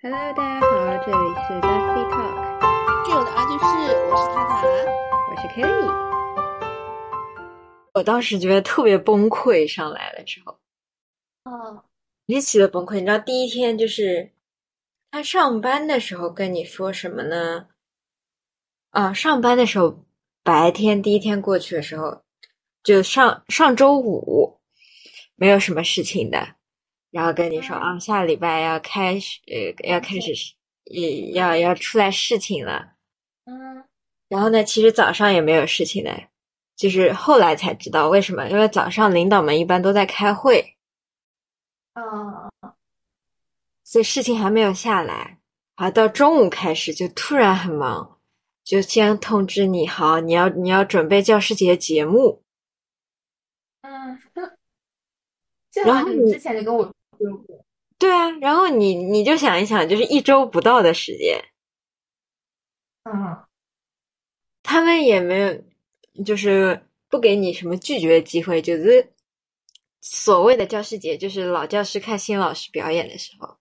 Hello，大家好，这里是 Dusty Talk， 室友的二居室，我是塔塔。 我是 Kelly。 我当时觉得特别崩溃，上来了之后， 哦， 离奇的崩溃。你知道第一天就是他上班的时候跟你说什么呢？上班的时候，白天第一天过去的时候，就上周五没有什么事情的，然后跟你说下礼拜要开始，要开始，要出来事情了。 嗯， 然后呢，其实早上也没有事情的，就是后来才知道为什么，因为早上领导们一般都在开会， 哦， 所以事情还没有下来。到中午开始就突然很忙，就先通知你好，你要准备教师节节目， 嗯，这好然后你像你之前就跟我说过。 对啊，然后你就想一想，就是一周不到的时间， 嗯， 他们也没有，就是不给你什么拒绝的机会，就是所谓的教师节，就是老教师看新老师表演的时候。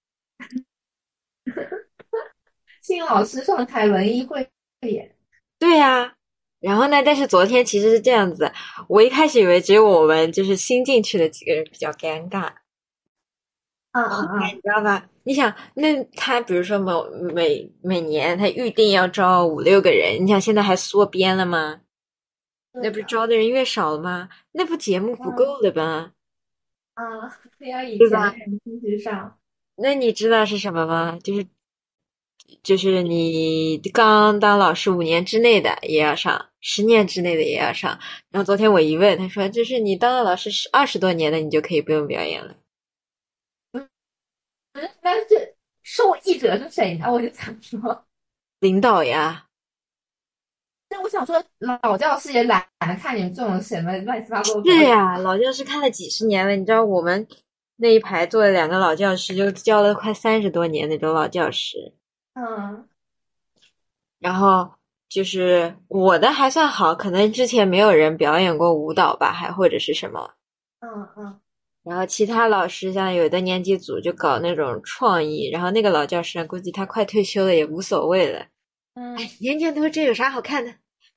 新老师上台文艺汇演。 对呀，然后呢？但是昨天其实是这样子，我一开始以为只有我们就是新进去的几个人比较尴尬， 嗯后来你嗯知道吧？你想，那他比如说每年他预定要招五六个人，你想现在还缩编了吗？ 嗯， 那不是对的。 招的人越少了吗？那不节目不嗯够了吧？ 要以对吧？ 前重新去上。 那你知道是什么吗？就是你刚当老师5年之内的也要上，10年之内的也要上。然后昨天我一问，他说就是你当了老师20多年的，你就可以不用表演了。 不是，但是受益者是谁呢？我就想说， 领导呀， 但我想说，老教师也懒得看你们这种什么乱七八糟的表演。 是呀，老教师看了几十年了，你知道我们那一排坐了2个老教师，就教了快30多年那种老教师。 嗯然后就是我的还算好，可能之前没有人表演过舞蹈吧，还或者是什么。 嗯， 然后其他老师像有的年级组就搞那种创意，然后那个老教师估计他快退休了也无所谓了。年轻人都这有啥好看的？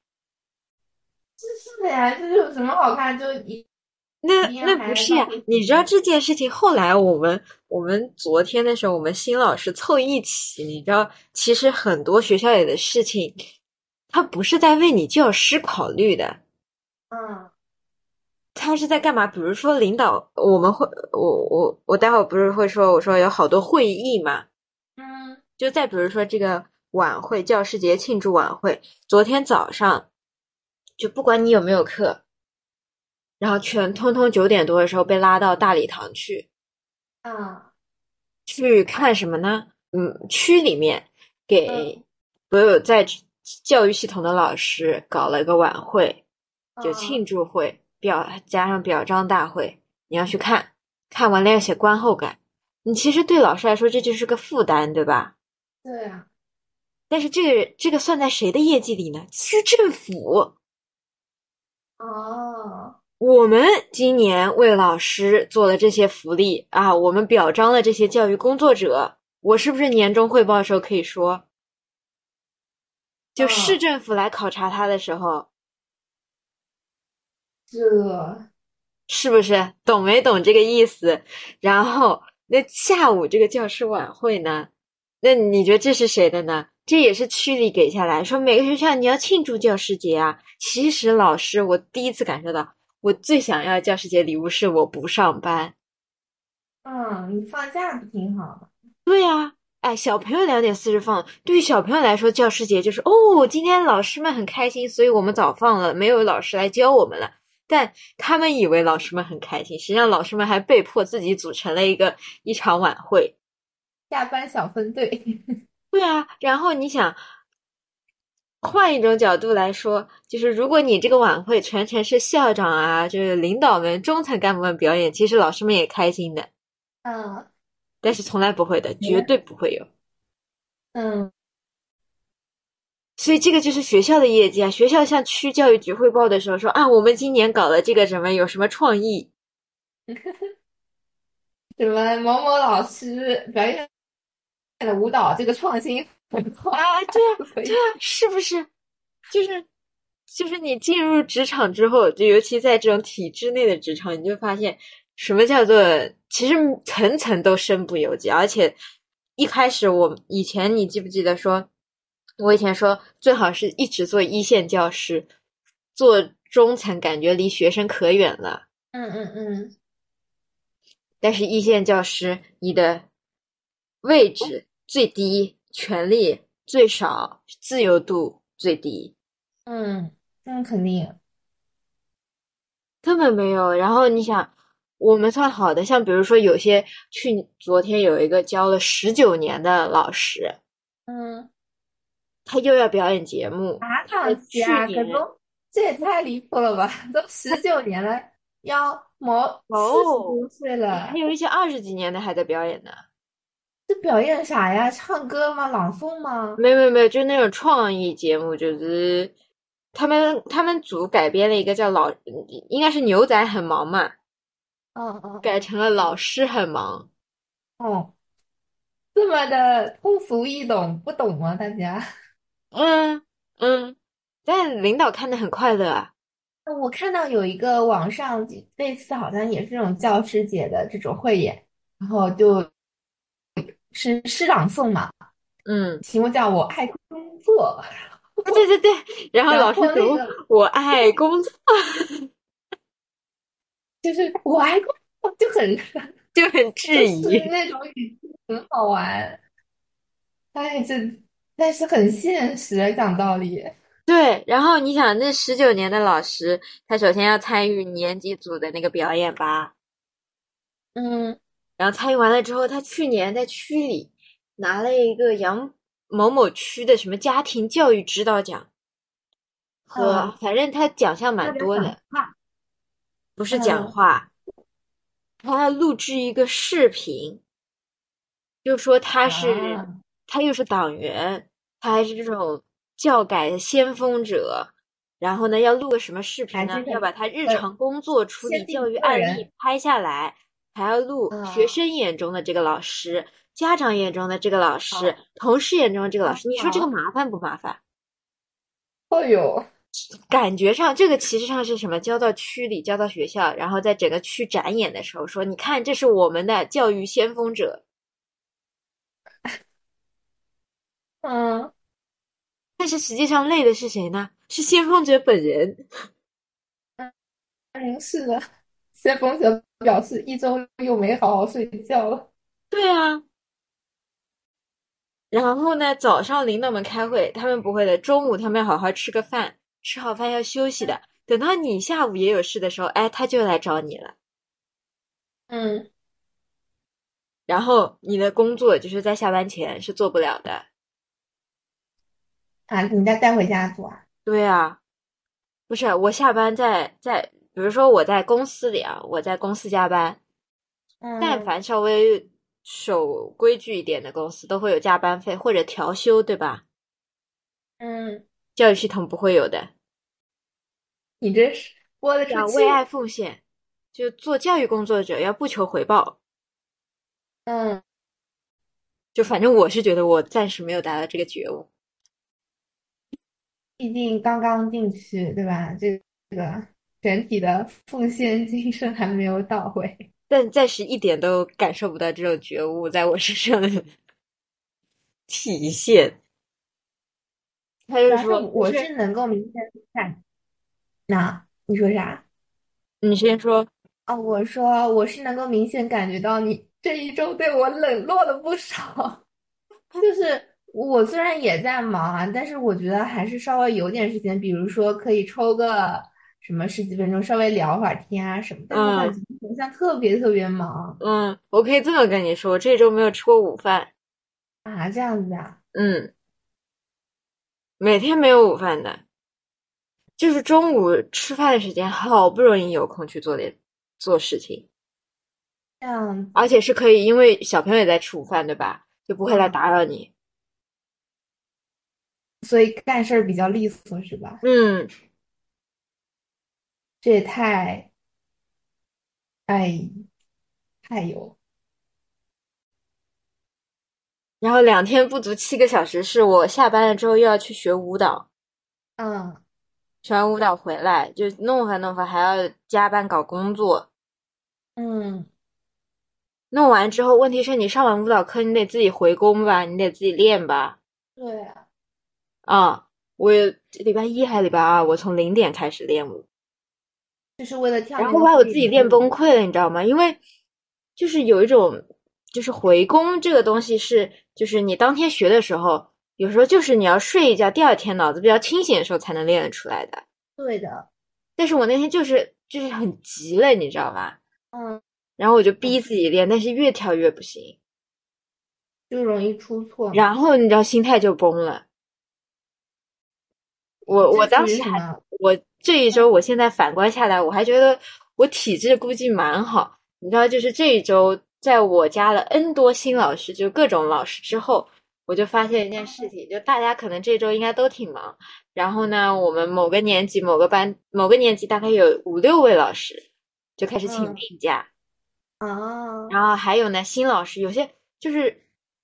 是的呀，就是有什么好看就一样那不是呀， 还在浪费时间。 你知道这件事情后来我们昨天的时候，我们新老师凑一起，你知道，其实很多学校里的事情，他不是在为你教师考虑的， 嗯他是在干嘛？比如说领导，我们会，我待会儿不是会说，我说有好多会议嘛， 嗯就再比如说这个晚会，教师节庆祝晚会，昨天早上就不管你有没有课，然后全通通9点多的时候被拉到大礼堂啊去看什么呢？区里面给嗯所有在教育系统的老师搞了一个晚会，就庆嗯， 祝会，加上表彰大会，你要去看，看完了要写观后感。你其实对老师来说这就是个负担，对吧？ 对啊。 但是这个算在谁的业绩里呢？区政府。 哦我们今年为老师做了这些福利啊，我们表彰了这些教育工作者。我是不是年终汇报的时候可以说，就市哦， 政府来考察他的时候， 这是不是懂没懂这个意思？然后那下午这个教师晚会呢？那你觉得这是谁的呢？这也是区里给下来说每个学校你要庆祝教师节啊。其实老师，我第一次感受到，我最想要的教师节礼物是我不上班。 你放假不挺好的？ 对呀，哎，小朋友2点40放，对于小朋友来说，教师节就是哦，今天老师们很开心，所以我们早放了，没有老师来教我们了。但他们以为老师们很开心，实际上老师们还被迫自己组成了一场晚会。 下班小分队。 对啊，然后你想换一种角度来说，就是如果你这个晚会全程是校长啊，就是领导们、中层干部们表演，其实老师们也开心的， 嗯但是从来不会的，绝对不会有。 嗯， 所以这个就是学校的业绩啊！学校向区教育局汇报的时候说啊，我们今年搞了这个什么，有什么创意？ 什么某某老师表演的舞蹈这个创新很快， 啊，对啊， 所以对啊，是不是？就是就是你进入职场之后，就尤其在这种体制内的职场，你就发现什么叫做其实层层都身不由己，而且一开始我以前你记不记得说，我以前说最好是一直做一线教师，做中层感觉离学生可远了。 嗯嗯嗯， 但是一线教师，你的位置最低，权利最少，自由度最低， 那肯定。 根本没有。然后你想，我们算好的，像比如说有些昨天有一个教了19年的老师， 嗯， 他又要表演节目， 啥他在档期啊？可去年都这也太离谱了吧！都19年了，要哦， 40多岁还了， 有一些20几年的还在表演呢。 这表演啥呀？唱歌吗？朗诵吗？ 没有，就那种创意节目，就是他们组改编了一个叫应该是牛仔很忙嘛， 嗯嗯嗯改成了老师很忙。 哦，这么的通俗易懂，不懂吗？大家？ 嗯嗯，但领导看得很快乐啊。 我看到有一个网上类似好像也是这种教师节的这种汇演，然后就是诗朗诵嘛， 嗯， 题目叫“我爱工作”， 对，然后然老师读后那个我爱工作， 就是“我爱工作”就很就很就是质疑。 那种语气很好玩，哎，但是很现实，讲道理， 对，然后你想，那19年的老师，他首先要参与年级组的那个表演吧， 嗯， 然后参与完了之后，他去年在区里拿了一个某某区的什么家庭教育指导奖，和反正他奖项发表讲蛮多的， 话， 不是讲嗯话，他要录制一个视频，就说啊， 他又是党员，他还是这种教改的先锋者，然后呢，要录个什么视频哎， 呢？ 这个要把他日呃， 常工作处理先定教育案例个人拍下来，还要录学啊生眼中的这个老师、家长眼中的这个老师、 啊同事眼中的这个老师。你说这个啊， 麻烦不麻烦？ 会有。 感觉上，这个其实上是什么？交到区里，交到学校，然后在整个区展演的时候说：“你看，这是我们的教育先锋者。” 嗯， 但是实际上累的是谁呢？是先锋者本人。 是的，先锋者表示一周又没好好睡觉了。 对啊，然后呢，早上领导们开会，他们不会的，中午他们要好好吃个饭，吃好饭要休息的。等到你下午也有事的时候，哎，他就来找你了。 嗯， 然后你的工作就是在下班前是做不了的。 啊，你再带回家做啊？ 对啊，不是我下班比如说我在公司里啊，我在公司加班，但嗯凡稍微守规矩一点的公司都会有加班费或者调休，对吧？ 嗯， 教育系统不会有的。 你这是播得出要为爱去？ 奉献，就做教育工作者要不求回报。 嗯， 就反正我是觉得我暂时没有达到这个觉悟， 毕竟刚刚进去，对吧？这个整体的奉献精神还没有到位。 但暂时一点都感受不到这种觉悟在我身上的体现。他主要是就说， 我是能够明显感，那你说啥？ 你先说， 哦，我说我是能够明显感觉到你这一周对我冷落了不少。就是我虽然也在忙啊，但是我觉得还是稍微有点时间，比如说可以抽个什么十几分钟，稍微聊会儿天啊什么。但我感嗯觉你好像特别特别忙我可以这么跟你说，我这周没有吃过午饭， 啊，这样子啊， 嗯，每天没有午饭的，就是中午吃饭的时间，好不容易有空去做事情， 这样子， 而且是可以，因为小朋友也在吃午饭，对吧？就不会来嗯， 打扰你。 所以干事儿比较利索是吧？ 嗯， 这也哎，太有， 然后2天不足7个小时，是我下班了之后又要去学舞蹈， 嗯学完舞蹈回来就弄吧弄吧，还要加班搞工作。 嗯， 弄完之后，问题是你上完舞蹈课，你得自己回工吧，你得自己练吧。 对啊， 啊，我礼拜一还是礼拜二，我从0点开始练舞， 就是为了跳然那个后把我自己会舞。 练崩溃了，你知道吗？因为就是有一种，就是回工这个东西是，就是你当天学的时候，有时候就是你要睡一觉，第二天脑子比较清醒的时候才能练得出来的。 对的， 但是我那天就是很急了，你知道吧？ 嗯， 然后我就逼自己练，但是越跳越不行， 就容易出错嘛。 然后你知道心态就崩了。我这属当时还， 于什么？ 我这一周，我现在反观下来，我还觉得我体质估计蛮好。你知道，就是这一周，在我加了 N 多新老师，就各种老师之后，我就发现一件事情，就大家可能这周应该都挺忙。然后呢，我们某个年级、某个班、某个年级大概有5、6位老师就开始请嗯病假， 啊， 然后还有呢，新老师有些就是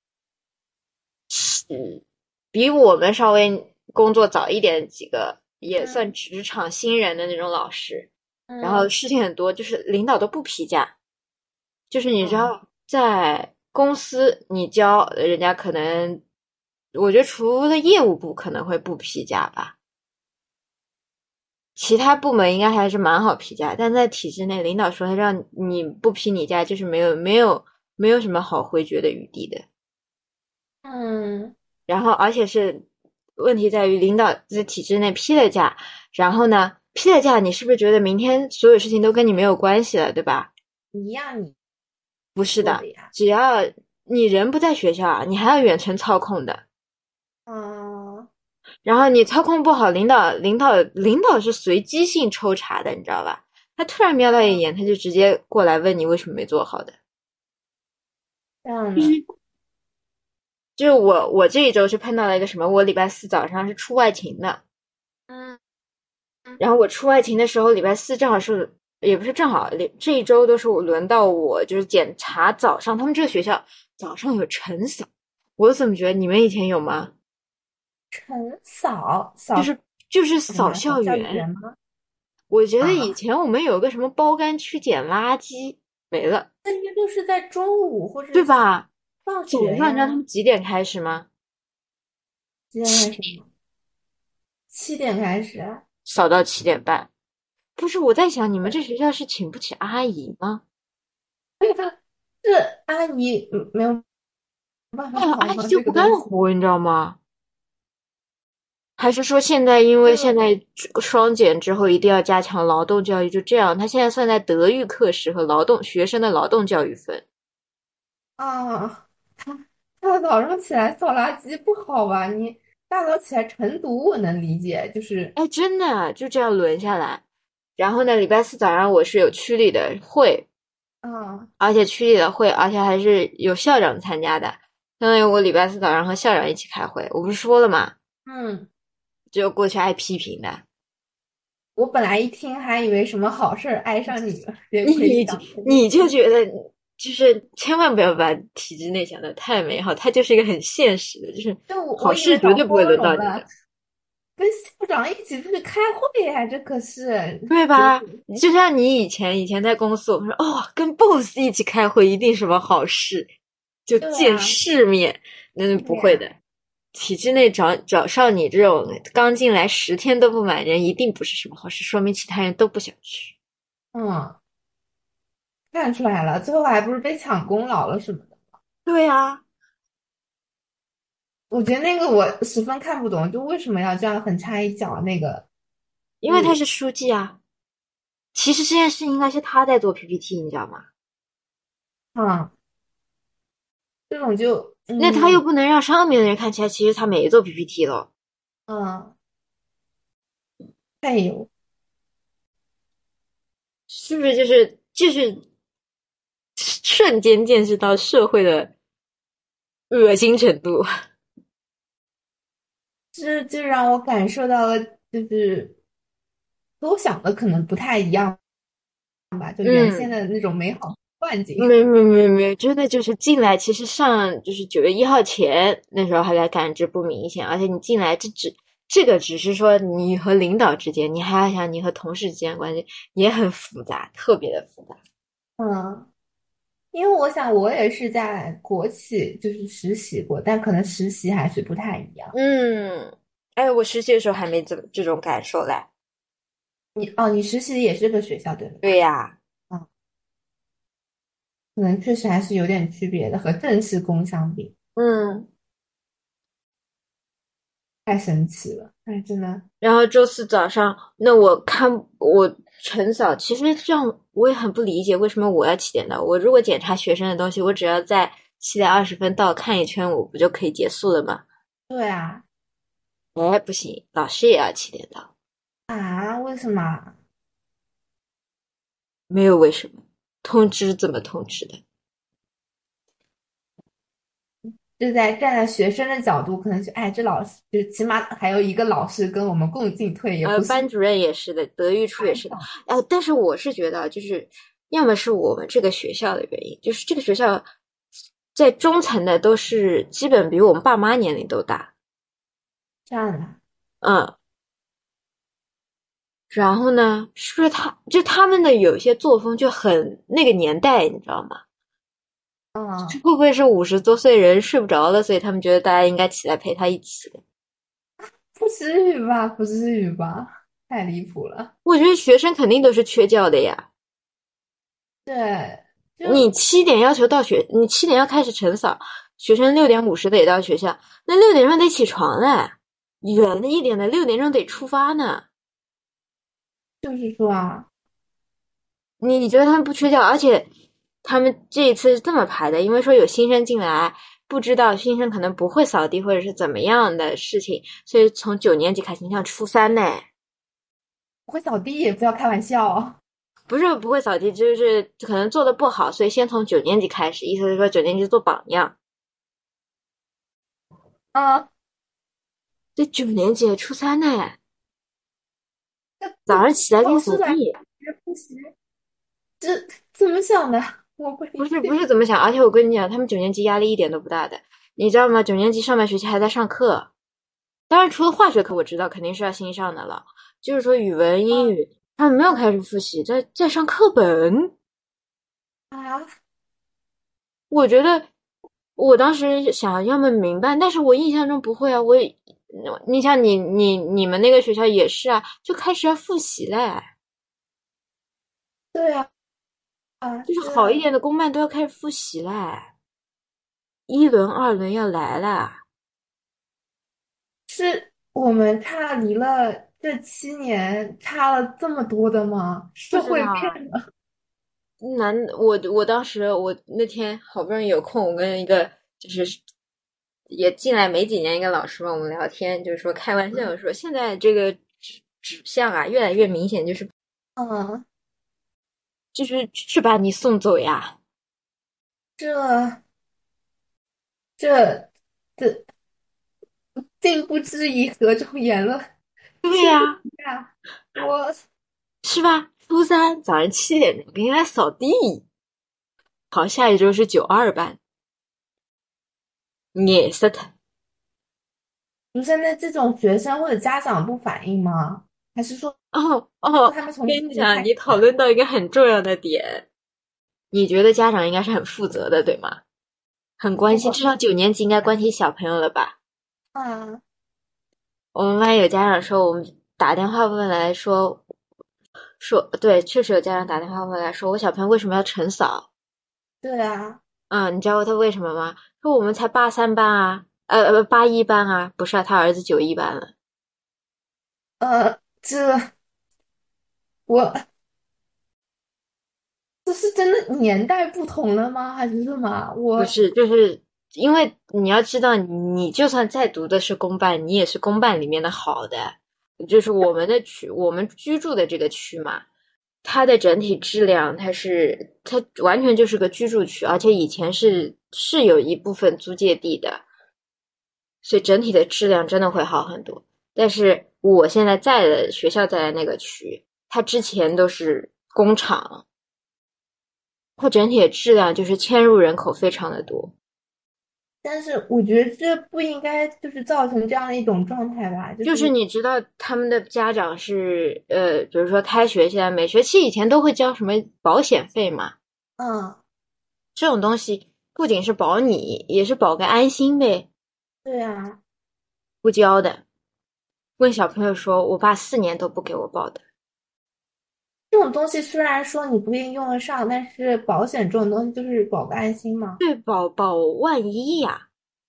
比我们稍微工作早一点的几个，也算职场新人的那种老师，然后嗯事情很多，就是领导都不批假，就是你知嗯道，在公司你教人家可能，我觉得除了业务部可能会不批假吧，其他部门应该还是蛮好批假，但在体制内，领导说他让你不批你假，就是没有什么好回绝的余地的。 嗯， 然后而且是问题在于领导在体制内批了假，然后呢批了假，你是不是觉得明天所有事情都跟你没有关系了，对吧？ 一样你不是的， 做的呀。 只要你人不在学校啊，你还要远程操控的。 啊， 然后你操控不好，领导是随机性抽查的，你知道吧？他突然瞄到一眼，他就直接过来问你为什么没做好的。 这样的， 就是我这一周是碰到了一个什么，我礼拜四早上是出外勤的， 嗯然后我出外勤的时候，礼拜四正好是，也不是正好，这一周都是轮到我就是检查早上，他们这个学校早上有晨扫，我怎么觉得你们以前有吗？ 晨扫扫就是就是扫什么？扫教育校园， 员吗？ 我觉得以啊， 前我们有个什么包干区捡垃圾没了， 那些都是在中午或者对吧？ 放早上你知道他学呀。 们几点开始吗？ 几点开始吗？7点开始啊。 扫到7点半。不是我在想，你们这学校是请不起阿姨吗？ 这阿姨没有办法哎呀， 扫吗？ 阿姨就不干这个东西活，你知道吗？还是说现在因为现就在双减之后一定要加强劳动教育，就这样？他现在算在德育课时和学生的劳动教育分。 啊，大早上起来扫垃圾不好吧？你大早起来晨读我能理解，就是哎，真的就这样轮下来。然后呢，礼拜四早上我是有区里的会， 啊， 而且区里的会，而且还是有校长参加的，相当于我礼拜四早上和校长一起开会。我不是说了吗？ 嗯， 就过去挨批评的。 我本来一听还以为什么好事儿挨上你了，结果一你想肯定你就觉得就是千万不要把体制内想的太美好，它就是一个很现实的，就是就我好以为搞事绝对不会光荣了， 轮到你的， 跟校长一起出去开会呀，这可是结对吧？ 果就像你以前在公司，我们说哦，跟 boss 一起开会一定什么好事，就见对呀， 世面，那不对呀， 会的。体制内找上你这种刚进来10天都不满人，一定不是什么好事，说明其他人都不想去。 嗯，看出来了，最后还不是被抢功劳了什么的。 对啊， 我觉得那个我十分看不懂，就为什么要这样横插一脚？那个是， 因为他是书记啊。其实这件事应该是他在做 PPT，你知道吗？ 嗯，这种就那他又不能让上面的人看起来其实他没做 PPT 了， 嗯，太有， 是不是？就是瞬间见识到社会的恶心程度。 这就让我感受到了，就是和我想的可能不太一样吧，就原先嗯， 的那种美好幻境。 没，真的就是进来，其实就是9月1号前那时候还感知不明显，而且你进来这个只是说你和领导之间，你还要想你和同事之间的关系也很复杂，特别的复杂。 因为我想我也是在国企就是实习过，但可能实习还是不太一样。 哎，我实习的时候还没这种感受嘞。 你实习也是个学校对吧？ 对呀， 嗯，可能确实还是有点区别的，和正式工相比， 嗯。 太神奇了，哎，真的。 然后周四早上，那我晨扫，其实这样我也很不理解，为什么我要7点到？我如果检查学生的东西，我只要在7点20分到看一圈，我不就可以结束了吗？ 对啊。 哎，不行，老师也要7点到， 啊？为什么？ 没有为什么，通知怎么通知的？ 就在站在学生的角度，可能哎，这老师就起码还有一个老师跟我们共进退，也不是班主任也是的，德育处也是的。但是我是觉得，就是要么是我们这个学校的原因，就是这个学校在中层的都是基本比我们爸妈年龄都大。 这样的。 嗯，然后呢，是不是他们的有一些作风就很那个年代，你知道吗？会不会是50多岁人睡不着了，所以他们觉得大家应该起来陪他一起？ 不至于吧，不至于吧，太离谱了。 我觉得学生肯定都是缺觉的呀。 对， 你7点要求你7点要开始晨扫，学生6点50得到学校，那6点钟得起床嘞，远一点的6点钟得出发呢。 就是说啊。 你觉得他们不缺觉？而且他们这一次是这么排的，因为说有新生进来，不知道新生可能不会扫地或者是怎么样的事情，所以从9年级开始，你像初三呢， 不会扫地，不要开玩笑。 不是不会扫地，就是可能做的不好，所以先从9年级开始，意思是说9年级做榜样。这9年级初三呢，早上起来给你扫地。 复习，这怎么想的？我不是怎么想，而且我跟你讲，他们9年级压力一点都不大的，你知道吗？9年级上半学期还在上课，当然除了化学课我知道肯定是要新上的了，就是说语文、英语，他们没有开始复习，在上课本。我觉得我当时想要么民办，但是我印象中不会啊，你像你们那个学校也是啊，就开始要复习嘞。 对啊。 就是好一点的公办都要开始复习嘞，1轮、2轮要来了。 是我们离了这7年差了这么多的吗？社会变了。 我当时我那天好不容易有空，我跟一个就是也进来没几年一个老师嘛，我们聊天，就是说开玩笑说，现在这个指向啊越来越明显，就是把你送走呀。 这这这竟不知以何种言论。 对呀， 我是吧？初三早上7点钟给你来扫地，好，下一周是92班，也是他。 不是那这种学生或者家长不反映吗？还是说他们从跟你讲，你讨论到一个很重要的点，你觉得家长应该是很负责的，对吗？很关心，至少9年级应该关心小朋友了吧？我们班有家长说，我们打电话问来说，对，确实有家长打电话问来说，我小朋友为什么要晨扫？ 对啊。 你知道他为什么吗？说我们才83班啊，81班啊，不是啊，他儿子91班了。 我这是真的年代不同了吗？还是什么？ 不是，就是因为你要知道，你就算再读的是公办，你也是公办里面的好的，就是我们的区，我们居住的这个区嘛，它的整体质量，它完全就是个居住区，而且以前是有一部分租界地的，所以整体的质量真的会好很多。但是我现在在的学校在的那个区，它之前都是工厂。 它整体的质量就是迁入人口非常的多。 但是我觉得这不应该就是造成这样的一种状态吧， 就是你知道他们的家长是比如说开学现在每学期以前都会交什么保险费嘛， 嗯， 这种东西不仅是保你，也是保个安心呗。 对啊， 不交的，问小朋友说，我爸4年都不给我报的。 这种东西虽然说你不一定用得上，但是保险这种东西就是保个安心嘛。 对，保万一呀，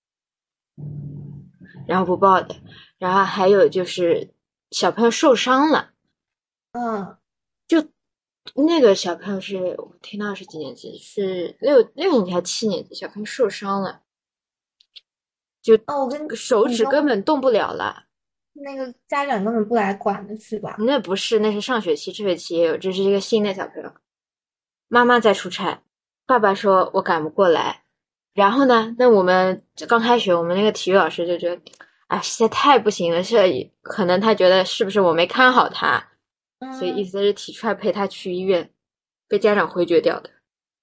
然后不报的。然后还有就是小朋友受伤了， 嗯， 就那个小朋友是我听到是几年级？是六年级还7年级？小朋友受伤了，就哦，我跟手指你说， 根本动不了了。 那个家长根本不来管的是吧？ 那不是，那是上学期，这学期也有，这是一个新的小朋友。妈妈在出差，爸爸说我赶不过来。然后呢，那我们刚开学，我们那个体育老师就觉得，哎，实在太不行了，是可能他觉得是不是我没看好他，所以意嗯， 思是提出来陪他去医院，被家长回绝掉的。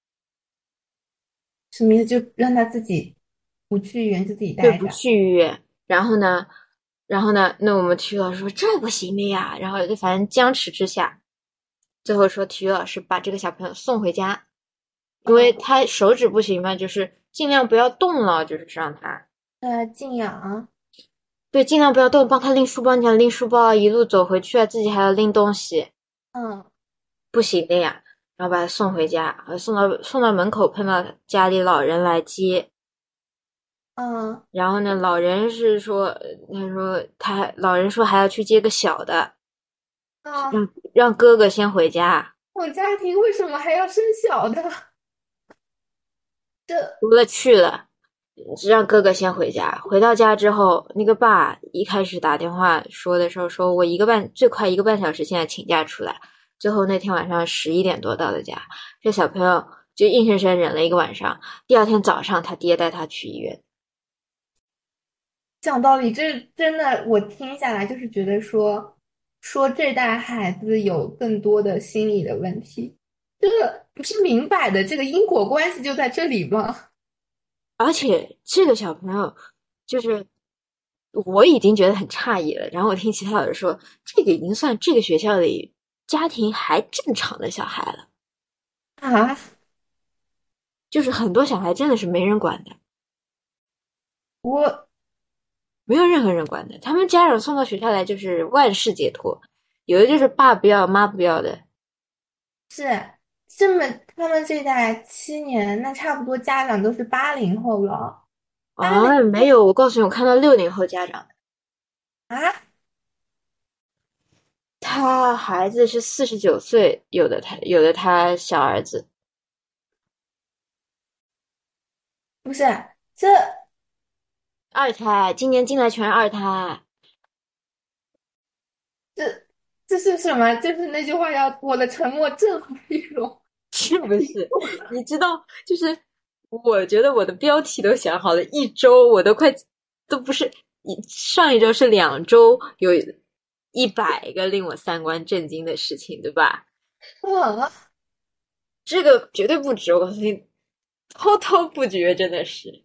什么意思？就让他自己不去医院，就自己对， 待着。 不去医院。然后呢，那我们体育老师说这不行的呀，然后就反正僵持之下，最后说体育老师把这个小朋友送回家，因为他手指不行嘛，就是尽量不要动了，就是让他静养。 对，尽量不要动，帮他拎书包，你想拎书包啊，一路走回去啊，自己还要拎东西， 嗯不行的呀。然后把他送回家，送到门口，碰到家里老人来接。 嗯然后呢，老人是说，老人说还要去接个小的， 啊， 让哥哥先回家。 我家庭为什么还要生小的？这除了去了，只让哥哥先回家。回到家之后，那个爸一开始打电话说的时候，说我最快1个半小时现在请假出来。最后那天晚上11点多到的家，这小朋友就硬生生忍了一个晚上。第二天早上，他爹带他去医院。 讲道理，这真的我听下来就是觉得说这代孩子有更多的心理的问题，这个不是明摆的，这个因果关系就在这里吗？ 而且这个小朋友，就是我已经觉得很诧异了。然后我听其他老师说，这个已经算这个学校里家庭还正常的小孩了。 啊， 就是很多小孩真的是没人管的， 我没有任何人管的。他们家长送到学校来就是万事解脱，有的就是爸不要妈不要的。 是这么他们这代7年，那差不多家长都是80后了。八零啊，没有，我告诉你，我看到60后家长的， 啊， 他孩子是49岁，有的他小儿子不是这二胎，今年进来全是二胎。 这这是什么？就是那句话叫“我的沉默正好一容”。 是不是？你知道，就是我觉得我的标题都想好了，一周我都不是上一周是2周，有100个令我三观震惊的事情，对吧？ 啊， 这个绝对不止，我告诉你，滔滔不绝，真的是。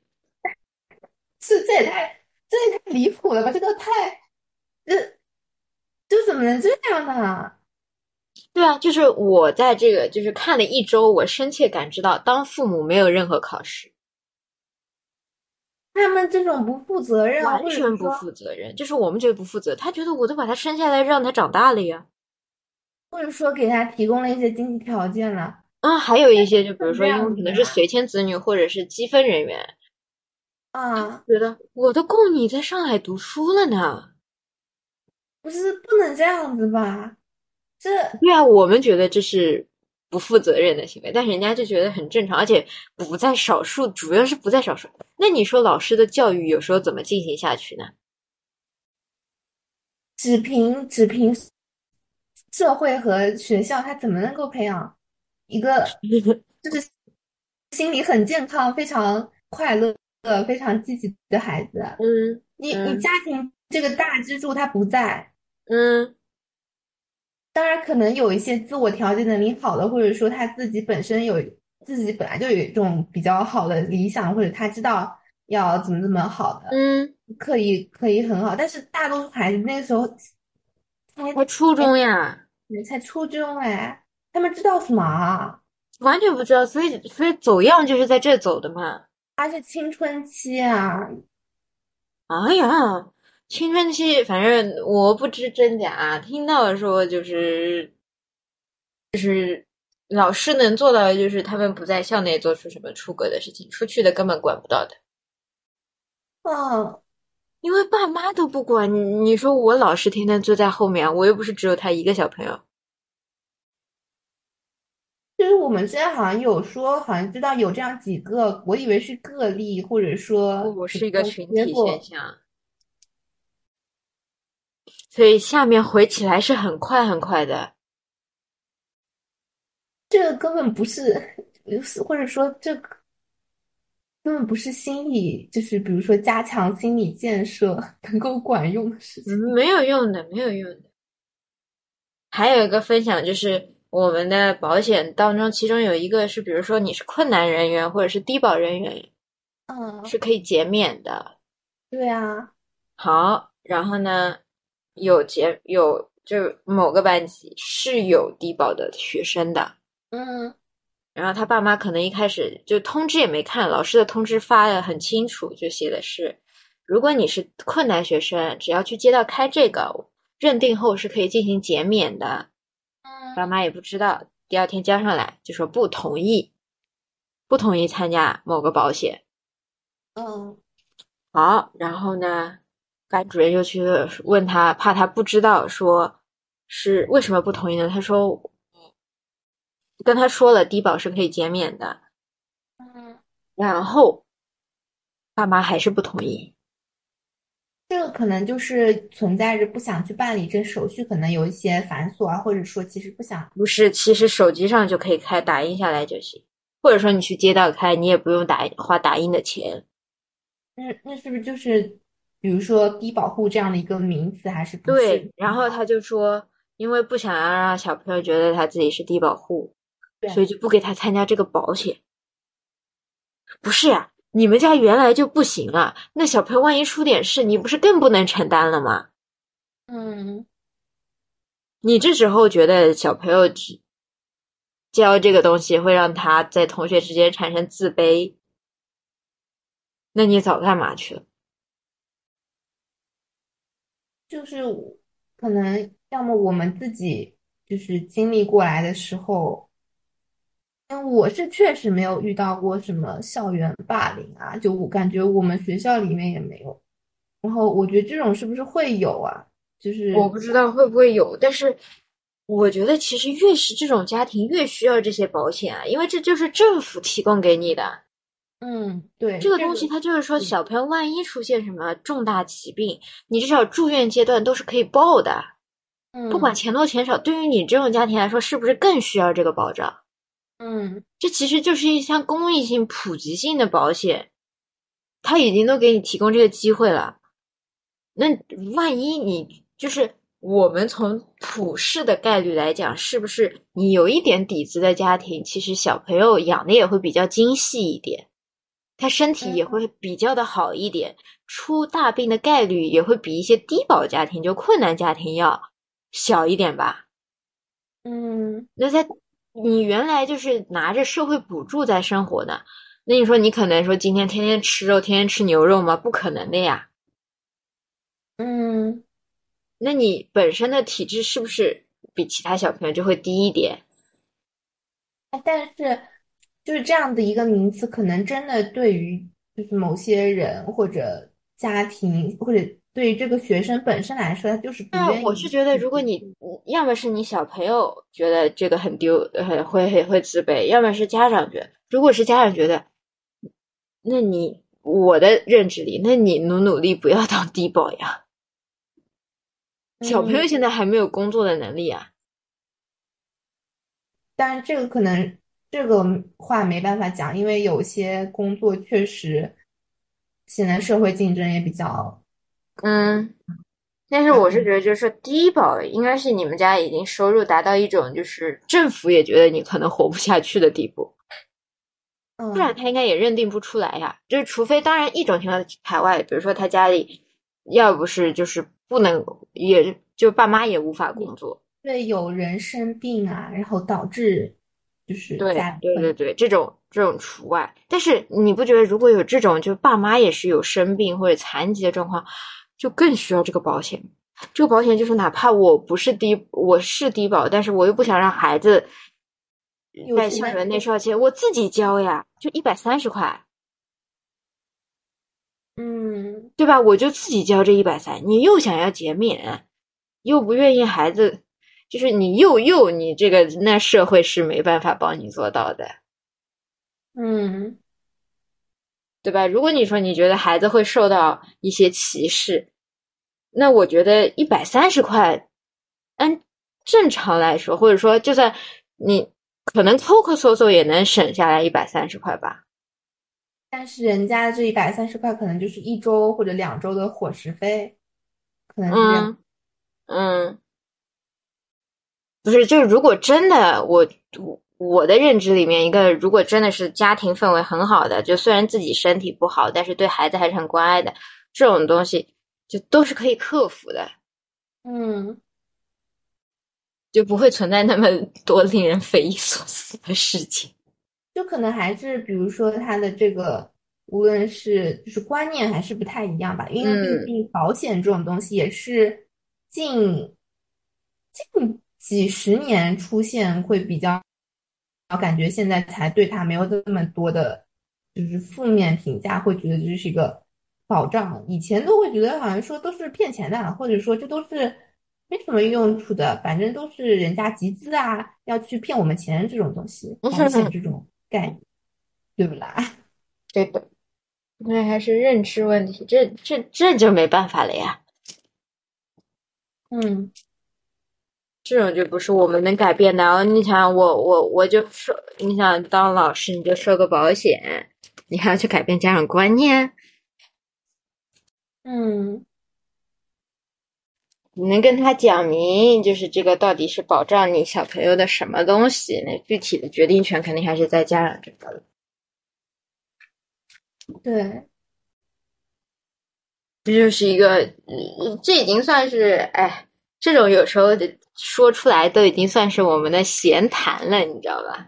这也太离谱了吧！这个太这这怎么能这样呢？ 对啊，就是我在这个就是看了一周，我深切感知到，当父母没有任何考试， 他们这种不负责任啊， 完或者全不说负责任。就是我们觉得不负责，他觉得我都把他生下来，让他长大了呀。 给他提供了一些经济条件了， 还有一些，就比如说， 这因为可能是样子啊？ 随迁子女或者是积分人员， 啊， 觉得我都供你在上海读书了呢。 不是不能这样子吧？这对啊，我们觉得这是不负责任的行为，但人家就觉得很正常，而且不在少数，主要是不在少数。那你说老师的教育有时候怎么进行下去呢？ 只凭社会和学校，他怎么能够培养一个就是心理很健康、非常快乐、非常积极的孩子？ 嗯你嗯家庭这个大支柱他不在， 嗯当然可能有一些自我调节能力好的，或者说他自己本身有自己本来就有一种比较好的理想，或者他知道要怎么好的， 嗯， 可以很好，但是大多数孩子那个时候才初中呀， 才初中哎，他们知道什么啊？ 完全不知道，所以走样就是在这走的嘛。 他是青春期啊， 哎呀，青春期，反正我不知真假，听到说老师能做到的就是他们不在校内做出什么出格的事情，出去的根本管不到的， 嗯， 因为爸妈都不管。你说我老师天天坐在后面，我又不是只有他一个小朋友。 就是我们之前好像有说，好像知道有这样几个，我以为是个例，或者说不是一个群体现结果象，所以下面回起来是很快很快的。 这个根本不是，或者说这个根本不是心理，就是比如说加强心理建设能够管用的事情。 没有用的，没有用的。还有一个分享就是我们的保险当中，其中有一个是，比如说你是困难人员或者是低保人员， 嗯， 是可以减免的。 对啊， 好，然后呢，就某个班级是有低保的学生的， 嗯然后他爸妈可能一开始就通知也没看，老师的通知发的很清楚，就写的是，如果你是困难学生，只要去街道开这个，认定后是可以进行减免的。爸妈也不知道，第二天交上来就说不同意，不同意参加某个保险。 嗯好，然后呢，班主任就去问他，怕他不知道，说是为什么不同意呢？他说跟他说了低保是可以减免的， 嗯， 然后爸妈还是不同意。 这个可能就是存在着不想去办理这手续，可能有一些繁琐啊，或者说其实不想。 不是，其实手机上就可以开，打印下来就行，或者说你去街道开，你也不用花打印的钱。 那是不是就是比如说低保户这样的一个名词，还是不对， 是？ 然后他就说，因为不想要让小朋友觉得他自己是低保户，所对， 以就不给他参加这个保险。不是呀，你们家原来就不行啊，那小朋友万一出点事，你不是更不能承担了吗？ 嗯。 你这时候觉得小朋友教这个东西会让他在同学之间产生自卑，那你早干嘛去了？ 就是可能要么我们自己就是经历过来的时候，因为我是确实没有遇到过什么校园霸凌啊，就我感觉我们学校里面也没有。然后我觉得这种是不是会有啊？就是我不知道会不会有，但是我觉得其实越是这种家庭越需要这些保险啊，因为这就是政府提供给你的。 对， 这个东西这个它就是说，小朋友万一出现什么重大疾病，你至少住院阶段都是可以报的，不管嗯钱多钱少，对于你这种家庭来说，是不是更需要这个保障？ 嗯这其实就是一项公益性、普及性的保险，它已经都给你提供这个机会了。那万一你就是我们从普世的概率来讲，是不是你有一点底子的家庭，其实小朋友养的也会比较精细一点，他身体也会比较的好一点，出大病的概率也会比一些低保家庭，就困难家庭要小一点吧。 嗯， 那你原来就是拿着社会补助在生活的，那你说你可能说今天天天吃肉，天天吃牛肉吗？不可能的呀。 嗯， 那你本身的体质是不是比其他小朋友就会低一点？ 但是就是这样的一个名词，可能真的对于就是某些人或者家庭，或者对于这个学生本身来说，他就是不对啊， 愿意我是觉得，如果你要么是你小朋友觉得这个很丢，会自卑，要么是家长觉得，如果是家长觉得，那我的认知里，那你努力不要当低保呀。小朋友嗯， 现在还没有工作的能力啊。 但这个可能这个话没办法讲，因为有些工作确实现在社会竞争也比较， 嗯，但是我是觉得，就是说低保应该是你们家已经收入达到一种，就是政府也觉得你可能活不下去的地步。 不然他应该也认定不出来呀。就是除非当然一种情况海外，比如说他家里要不是就是不能，也就爸妈也无法工作。 对，有人生病啊，然后导致就是对家里对对，这种除外。但是你不觉得如果有这种就爸妈也是有生病或者残疾的状况，就更需要这个保险。这个保险就是哪怕我是低保，但是我又不想让孩子在校园内烧钱，我自己交呀，就130块。对吧？我就自己交这130，你又想要减免，又不愿意孩子，就是你你这个那社会是没办法帮你做到的，对吧？如果你说你觉得孩子会受到一些歧视，那我觉得130块，按正常来说，或者说就算你可能抠抠搜搜也能省下来130块吧。 但是人家这130块可能就是1周或者2周的伙食费，可能是这样。 不是，就是如果真的我的认知里面，一个如果真的是家庭氛围很好的，就虽然自己身体不好，但是对孩子还是很关爱的，这种东西就都是可以克服的。就不会存在那么多令人匪夷所思的事情。 就可能还是比如说他的这个，无论是就是观念还是不太一样吧，因为毕竟保险这种东西也是近几十年出现，会比较感觉现在才对他没有这么多的，就是负面评价，会觉得这是一个保障。以前都会觉得好像说都是骗钱的，或者说这都是没什么用处的，反正都是人家集资啊，要去骗我们钱这种东西，保险这种概念，对不啦？ 对的，那还是认知问题，这就没办法了呀。这种就不是我们能改变的。你想我就说，你想当老师，你就收个保险，你还要去改变家长观念。你能跟他讲明，就是这个到底是保障你小朋友的什么东西？那具体的决定权肯定还是在家长这边了。 对， 这就是一个，这已经算是，这种有时候说出来都已经算是我们的闲谈了，你知道吧？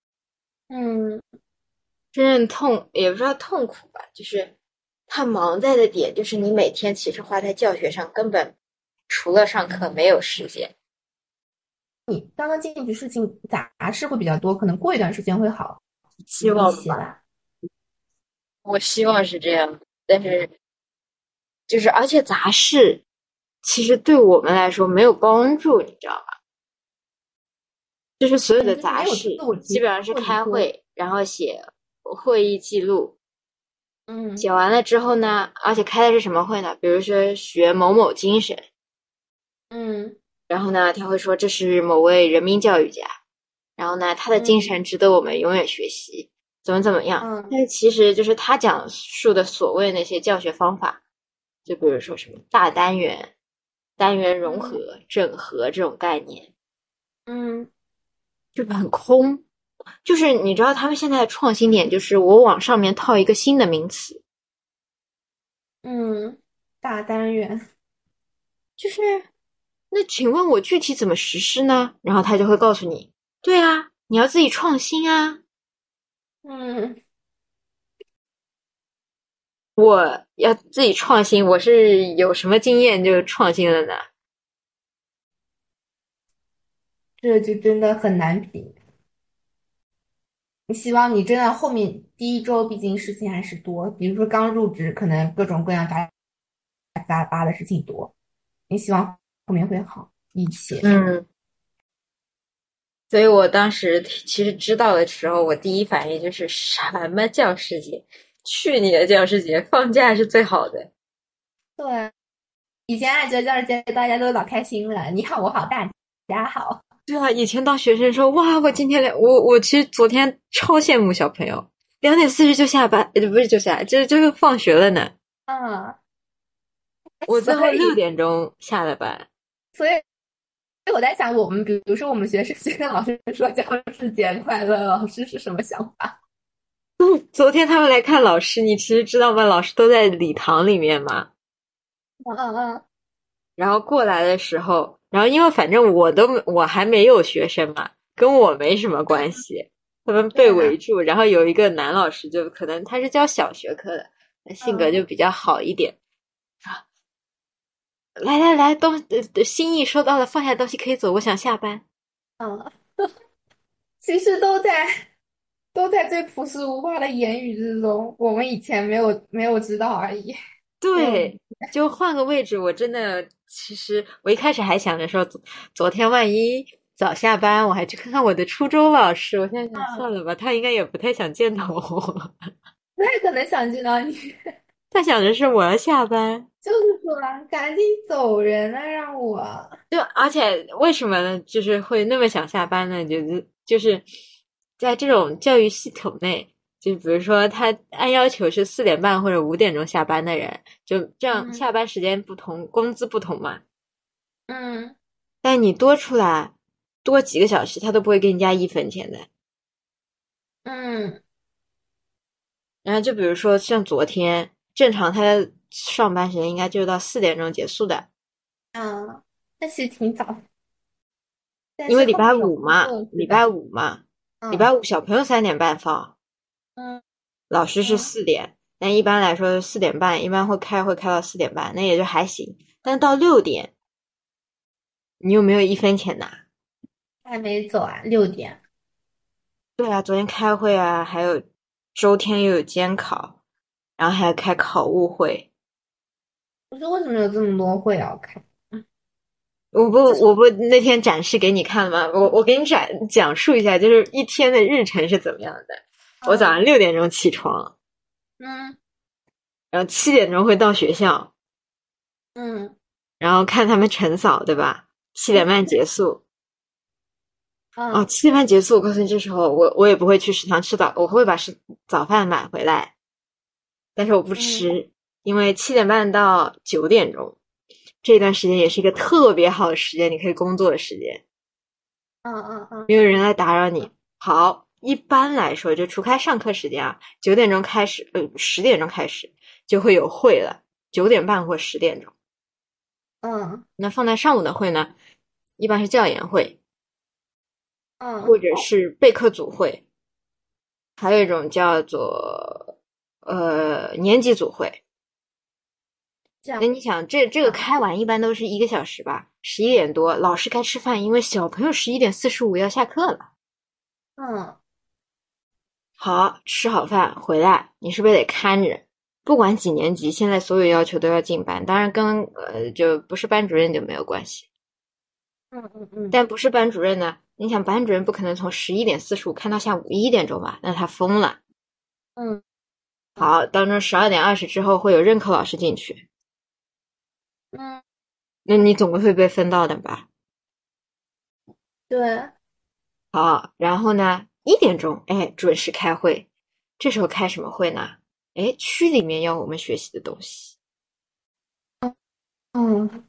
真正也不知道痛苦吧，就是他忙在的点，就是你每天其实花在教学上，根本除了上课没有时间。 你刚刚进去事情杂事会比较多，可能过一段时间会好希望一些吧。 我希望是这样，但是就是而且杂事其实对我们来说没有帮助，你知道吧？就是所有的杂事基本上是开会，然后写会议记录。写完了之后呢，而且开的是什么会呢？比如说学某某精神。然后呢，他会说这是某位人民教育家，然后呢，他的精神值得我们永远学习，怎么样？但是其实就是他讲述的所谓那些教学方法，就比如说什么大单元、单元融合、整合这种概念，就很空。就是你知道他们现在的创新点就是我往上面套一个新的名词， 大单元， 就是那请问我具体怎么实施呢？然后他就会告诉你，对啊，你要自己创新啊。我要自己创新，我是有什么经验就创新了呢？ 这就真的很难评。希望你真的后面第一周毕竟事情还是多，比如说刚入职，可能各种各样杂八的事情多。你希望后面会好一些。 所以我当时其实知道的时候，我第一反应就是什么教师节？去你的教师节！放假是最好的。 对，以前还觉得教师节大家都老开心了，你好我好大家好。 对啊，以前当学生说哇，我今天我其实昨天超羡慕小朋友，2:40就下班，不是就下，就是放学了呢。我最后6点钟下了班。 所以我在想，我们比如说我们学生去跟老师说教师节快乐，老师是什么想法？ 昨天他们来看老师，你其实知道吗？老师都在礼堂里面嘛。 嗯嗯嗯然后过来的时候，然后因为反正我还没有学生嘛，跟我没什么关系。他们被围住，然后有一个男老师，就可能他是教小学科的，性格就比较好一点。来来来，心意收到了，放下东西可以走，我想下班。 嗯，其实都在最朴实无华的言语之中，我们以前没有知道而已。没有理对，就换个位置，我真的，其实我一开始还想着说，昨天万一早下班，我还去看看我的初中老师。我现在想算了吧，他应该也不太想见到我， 不太可能想见到你。 他想着是我要下班。 就是说啊，赶紧走人啊，让我。 就而且为什么呢？就是会那么想下班呢？就是在这种教育系统内，就比如说他按要求是4点半或者5点钟下班的人，就这样下班时间不同，工资不同嘛。 嗯但你多出来多几个小时，他都不会给你加1分钱的。 嗯然后就比如说像昨天，正常他的上班时间应该就是到4点钟结束的， 嗯，那其实挺早的，但因为礼拜是后面有五嘛， 工作是礼拜吧？ 五嘛，礼嗯拜五小朋友3点半放。 嗯老师是嗯 4点，但一般来说4点半，一般会开会开到4点半，那也就还行。但到6点，你有没有1分钱拿？ 还没走啊，6点。 对啊，昨天开会啊，还有周天又有监考，然后还要开考务会。 我说为什么有这么多会要开？ 我不那天展示给你看了吗？我给你讲述一下，就是一天的日程是怎么样的。我早上6点钟起床， 嗯然后7点钟会到学校， 嗯然后看他们晨扫，对吧？7点半结束。哦， 嗯 7点半结束，我告诉你，这时候我也不会去食堂吃早，我会把早饭买回来，但是我不嗯吃，因为7点半到9点钟这段时间也是一个特别好的时间，你可以工作的时间， 嗯没有人来打扰你。好，一般来说，就除开上课时间啊，9点钟开始，10点钟开始就会有会了，9点半或10点钟。 嗯那放在上午的会呢，一般是教研会或嗯者是备课组会，还有一种叫做年级组会。 这样那你想，这个开完一般都是1个小时吧，11点多，老师该吃饭，因为小朋友11点45要下课了。 嗯好，吃好饭回来，你是不是得看着？不管几年级，现在所有要求都要进班，当然跟就不是班主任就没有关系。 嗯但不是班主任呢，你想班主任不可能从11点45看到下午1点钟吧？那他疯了。 嗯好，当中12点20之后会有任课老师进去， 嗯， 那你总归会被分到的吧？ 对， 好，然后呢，1点钟，哎，准时开会。这时候开什么会呢？哎，区里面要我们学习的东西。 嗯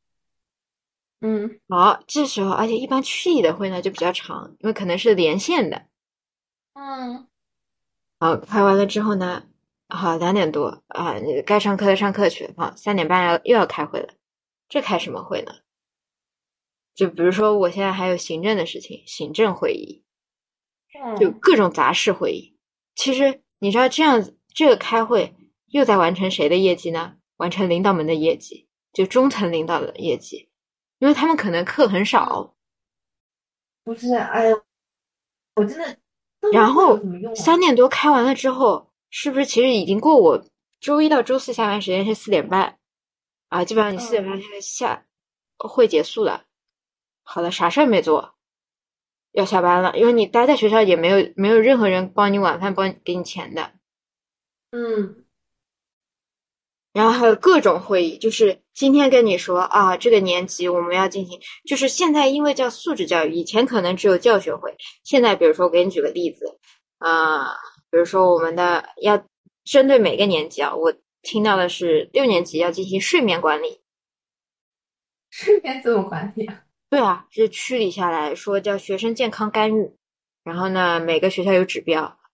嗯好，这时候，而且一般区里的会呢就比较长，因为可能是连线的。 嗯好，开完了之后呢，好2点多啊，你该上课的上课去。好，3点半又要开会了。这开什么会呢？就比如说我现在还有行政的事情，行政会议，就嗯， 各种杂事会议。其实你知道这样子，这个开会又在完成谁的业绩呢？完成领导们的业绩，就中层领导的业绩，因为他们可能课很少。 不是，哎呀，我真的这么会有然后什么用啊？ 3点多开完了之后，是不是其实已经过我周一到周四下班时间是4点半啊？基本上你4点半会结束了。好了，啥事儿没做，要下班了，因为你待在学校也没有任何人帮你晚饭帮你给你钱的。 嗯然后还有各种会议，就是今天跟你说啊，这个年级我们要进行，就是现在因为叫素质教育，以前可能只有教学会，现在比如说我给你举个例子啊，比如说我们的要针对每个年级啊，我听到的是6年级要进行睡眠管理。 睡眠怎么管理啊？ 对啊，是区里下来说叫学生健康干预，然后呢，每个学校有指标，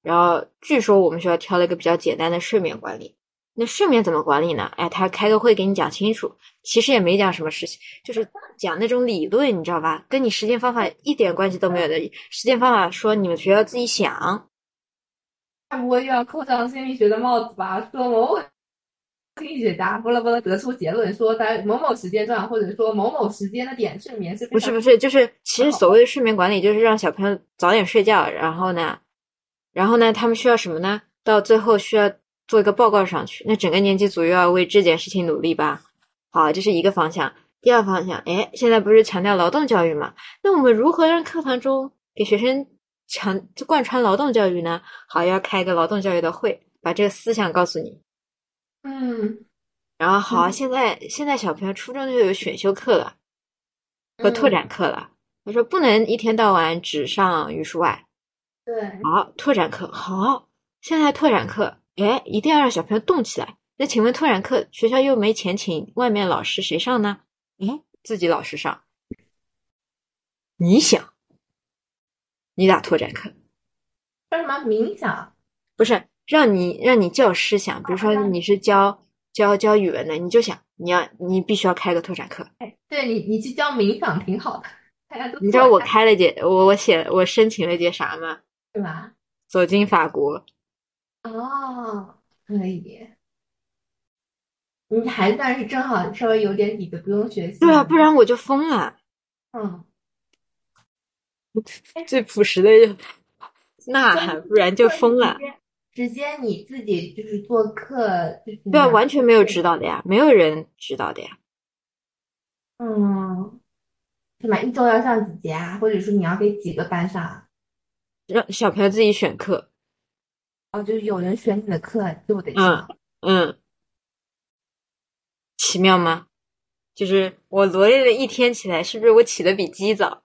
然后据说我们学校挑了一个比较简单的睡眠管理。那睡眠怎么管理呢？哎，他开个会给你讲清楚，其实也没讲什么事情，就是讲那种理论，你知道吧？跟你实践方法一点关系都没有的。实践方法说你们学校自己想。 该不会又要扣上心理学的帽子吧？说某某心理学家不啦不啦得出结论说，在某某时间段或者说某某时间的点睡眠是非常不是，就是其实所谓的睡眠管理就是让小朋友早点睡觉，然后呢，他们需要什么呢？到最后需要做一个报告上去，那整个年级组又要为这件事情努力吧。好，这是一个方向。第二方向，哎，现在不是强调劳动教育嘛？那我们如何让课堂中给学生贯穿劳动教育呢？好，要开一个劳动教育的会，把这个思想告诉你。然后好，现在小朋友初中就有选修课了和拓展课了。他说不能一天到晚只上语数外。 对， 好，拓展课好，现在拓展课，哎，一定要让小朋友动起来。那请问拓展课学校又没钱请外面老师，谁上呢？自己老师上。你想，你打拓展课， 说什么冥想？ 不是让你教师想，比如说你是教语文的，你就想你必须要开个拓展课。 哎，对你去教冥想挺好的，大家都你知道我开了节我申请了节啥吗？ 是吧？ 走进法国。 哦，可以。你还算是正好稍微有点底子，不用学习。 对啊，不然我就疯了。最朴实的呐喊，不然就疯了。 直接你自己就是做课，就是对啊，完全没有指导的呀，没有人指导的呀。 是吗？一周要上几节啊？或者说你要给几个班上啊？ 让小朋友自己选课。 哦，就是有人选你的课就得上。奇妙吗？就是我罗列了一天起来，是不是我起得比鸡早？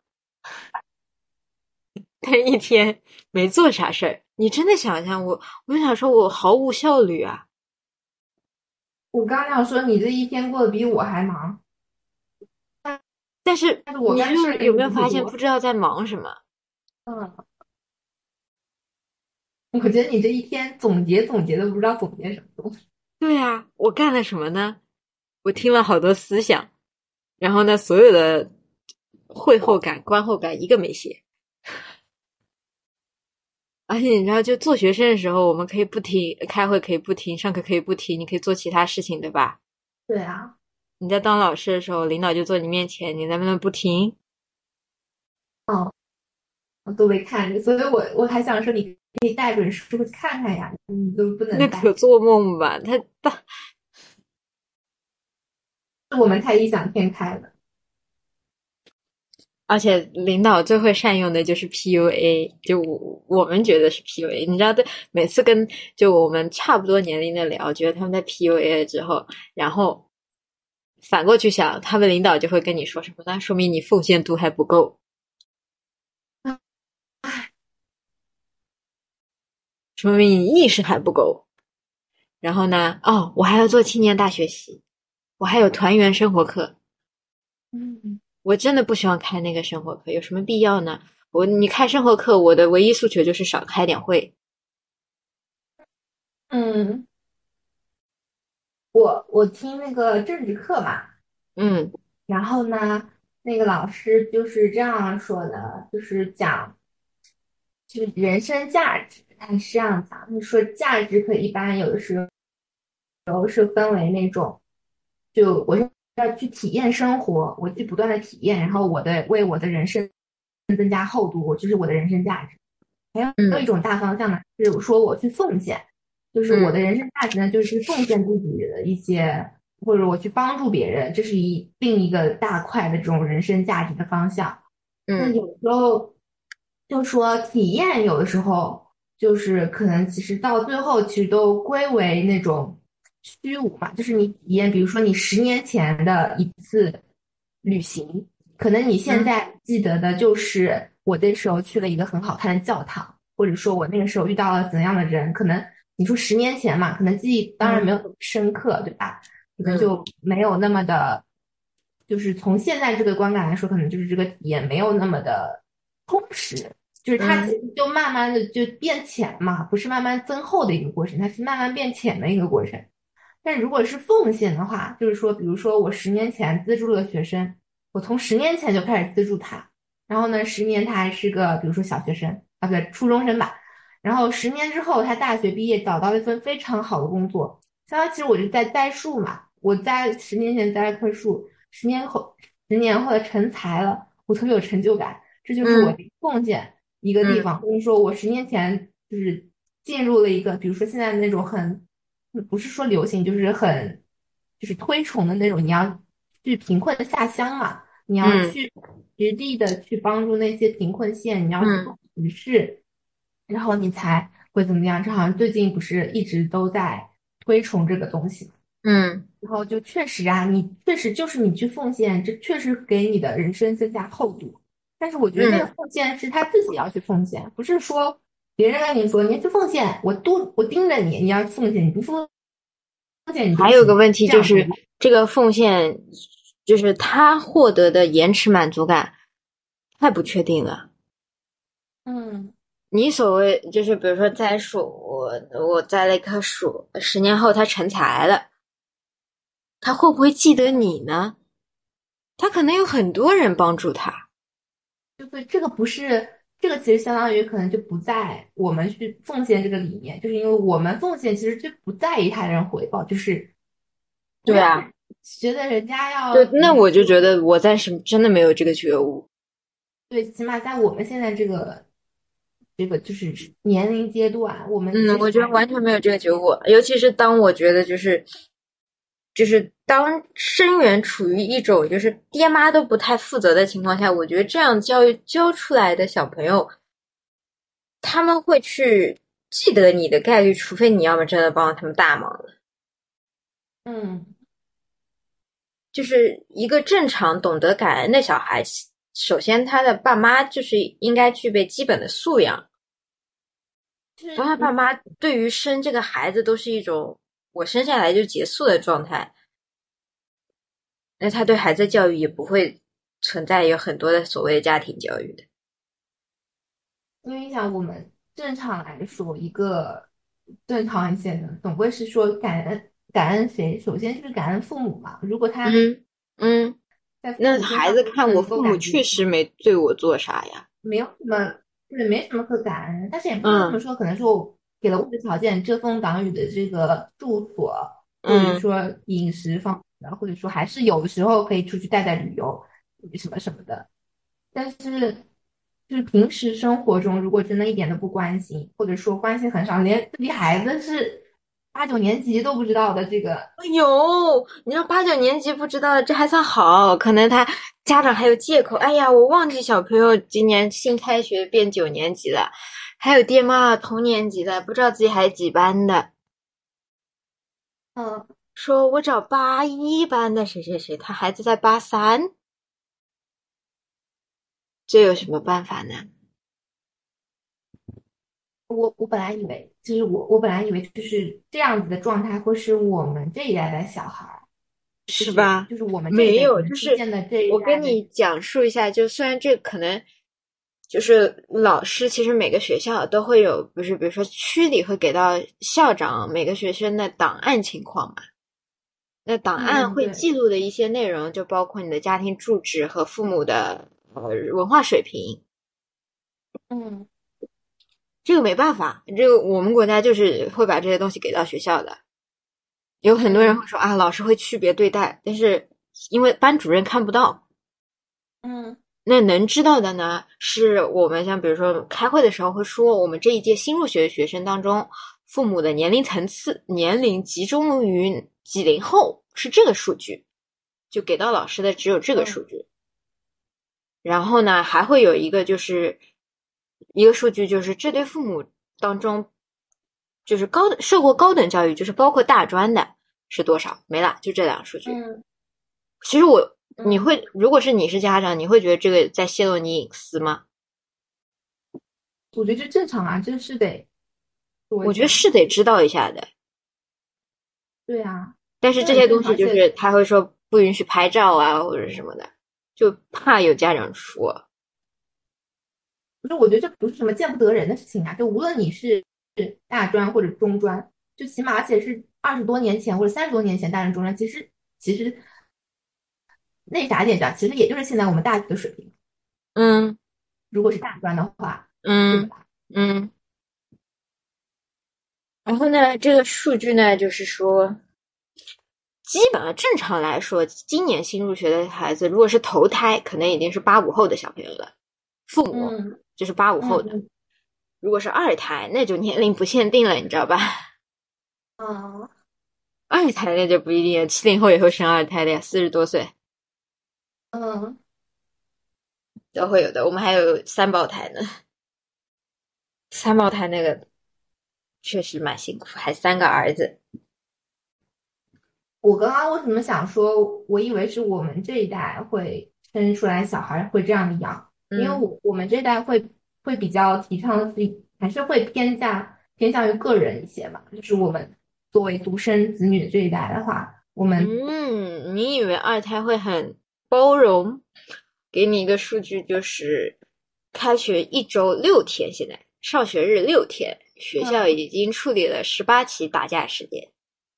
但一天没做啥事儿。你真的想想我就想说我毫无效率啊。 我刚想说你这一天过得比我还忙。 但是我你就是有没有发现不知道在忙什么？ 我觉得你这一天总结都不知道总结什么东西。 对啊，我干了什么呢？我听了好多思想，然后呢，所有的会后感、观后感一个没写。而且你知道，就做学生的时候，我们可以不听，开会可以不听，上课可以不听，你可以做其他事情，对吧？ 对啊。 你在当老师的时候，领导就坐你面前，你能不能不听？ 我都没看着，所以我还想说，你可以带本书看看呀，你都不能带。 那可做梦吧， 我们太异想天开了。 而且领导最会善用的就是 PUA， 就我们觉得是 PUA。你知道，对，每次跟就我们差不多年龄的聊，觉得他们在 PUA 了之后，然后反过去想，他们领导就会跟你说什么？那说明你奉献度还不够。说明你意识还不够。然后呢，我还要做青年大学习，我还有团员生活课。我真的不希望开那个生活课，有什么必要呢？你开生活课，我的唯一诉求就是少开点会。 我听那个政治课嘛，然后呢，那个老师就是这样说的，就是讲，就是人生价值，他是这样讲，他说价值课一般有的时候是分为那种，就我要去体验生活，我去不断的体验，然后为我的人生增加厚度，就是我的人生价值。还有一种大方向呢，是说我去奉献，就是我的人生价值呢，就是奉献自己的一些，或者我去帮助别人，这是另一个大块的这种人生价值的方向。那有时候就说体验，有的时候就是可能其实到最后其实都归为那种虚无嘛，就是你体验，比如说你10年前的一次旅行，可能你现在记得的就是我那时候去了一个很好看的教堂，或者说我那个时候遇到了怎样的人，可能你说10年前嘛，可能记忆当然没有那么深刻，对吧？可能就没有那么的，就是从现在这个观感来说，可能就是这个体验没有那么的充实， 就是它其实就慢慢的就变浅嘛，不是慢慢增厚的一个过程，它是慢慢变浅的一个过程。但如果是奉献的话，就是说，比如说我10年前资助了个学生，我从10年前就开始资助他，然后呢，10年他还是个比如说小学生啊，不对，初中生吧，然后10年之后他大学毕业找到了一份非常好的工作，相当于其实我就在栽树嘛，我10年前栽了棵树，10年后的成材了，我特别有成就感，这就是我的奉献一个地方，或者说我10年前就是进入了一个，比如说现在那种不是说流行，就是就是推崇的那种，你要去贫困下乡嘛，你要去实地的去帮助那些贫困县，你要去做实事，然后你才会怎么样？这好像最近不是一直都在推崇这个东西。然后就确实啊，你确实就是你去奉献，这确实给你的人生增加厚度。但是我觉得那个奉献是他自己要去奉献，不是说别人跟你说你要去奉献，我盯着你，你要奉献，你不奉献你就还有个问题这样就是这个奉献，就是他获得的延迟满足感太不确定了。你所谓就是比如说栽树，我栽了一棵树，10年后它成材了，他会不会记得你呢？他可能有很多人帮助他。 就是这个不是这个，其实相当于可能就不在我们去奉献这个里面，就是因为我们奉献其实就不在意他人回报，就是对啊， 觉得人家要对，那我就觉得我暂时真的没有这个觉悟。 对，起码在我们现在这个就是年龄阶段，我们我觉得完全没有这个觉悟，尤其是当我觉得就是当生源处于一种就是爹妈都不太负责的情况下，我觉得这样教育教出来的小朋友，他们会去记得你的概率，除非你要么真的帮了他们大忙了。就是一个正常懂得感恩的小孩，首先他的爸妈就是应该具备基本的素养。当他爸妈对于生这个孩子都是一种我生下来就结束的状态，那他对孩子教育也不会存在有很多的所谓的家庭教育的。 因为像我们正常来说，一个正常一些的，总归是说感恩谁？首先就是感恩父母嘛。如果他那孩子看我父母确实没对我做啥呀， 没有什么，对，没什么可感恩。但是也不能这么说，可能说我给了物质条件，遮风挡雨的这个住所，或者说饮食方面的，或者说还是有的时候可以出去带旅游，什么什么的。但是就是平时生活中，如果真的一点都不关心，或者说关心很少，连自己孩子是8、9年级都不知道的这个， 哎呦，你让8、9年级不知道，这还算好，可能他家长还有借口。哎呀，我忘记小朋友今年新开学变9年级了，还有爹妈同年级的，不知道自己还几班的。说我找81班的谁谁谁，他孩子在83，这有什么办法呢？ 我本来以为，其实我本来以为就是这样子的状态，会是我们这一代的小孩儿， 是吧？ 就是我们没有，就是我跟你讲述一下，就虽然这可能就是老师，其实每个学校都会有，不是，比如说区里会给到校长每个学生的档案情况嘛。那档案会记录的一些内容，就包括你的家庭住址和父母的文化水平。这个没办法，这个我们国家就是会把这些东西给到学校的。有很多人会说啊，老师会区别对待，但是因为班主任看不到。那能知道的呢，是我们像比如说开会的时候会说，我们这一届新入学的学生当中，父母的年龄层次、年龄集中于几零后，是这个数据，就给到老师的只有这个数据。然后呢，还会有一个就是一个数据，就是这对父母当中，就是受过高等教育，就是包括大专的是多少，没了，就这两个数据。其实你会，如果是你是家长，你会觉得这个在泄露你隐私吗？ 我觉得这正常啊，这是得， 我觉得是得知道一下的。 对啊， 但是这些东西就是他会说不允许拍照啊，或者什么的，就怕有家长说。 不是，我觉得这不是什么见不得人的事情啊，就无论你是大专或者中专，就起码而且是20多年前或者30多年前大专中专，其实那啥点讲，其实也就是现在我们大学的水平， 嗯如果是大专的话，对嗯吧？ 嗯。然后呢，这个数据呢，就是说，基本上正常来说，今年新入学的孩子，如果是头胎，可能已经是85后的小朋友了，父母嗯就是85后的。 嗯如果是二胎，那就年龄不限定了，你知道吧？ 嗯二胎那就不一定了，70后也会生二胎的呀，40多岁嗯， 都会有的。我们还有三胞胎呢，三胞胎那个确实蛮辛苦，还3个儿子。 我刚刚为什么想说，我以为是我们这一代会生出来小孩会这样的养，因为嗯我们这一代会比较提倡的是，还是会偏向于个人一些嘛，就是我们作为独生子女的这一代的话，我们嗯，你以为二胎会很包容？给你一个数据，就是开学1周6天，现在上学日6天，学校嗯， 已经处理了18起打架事件。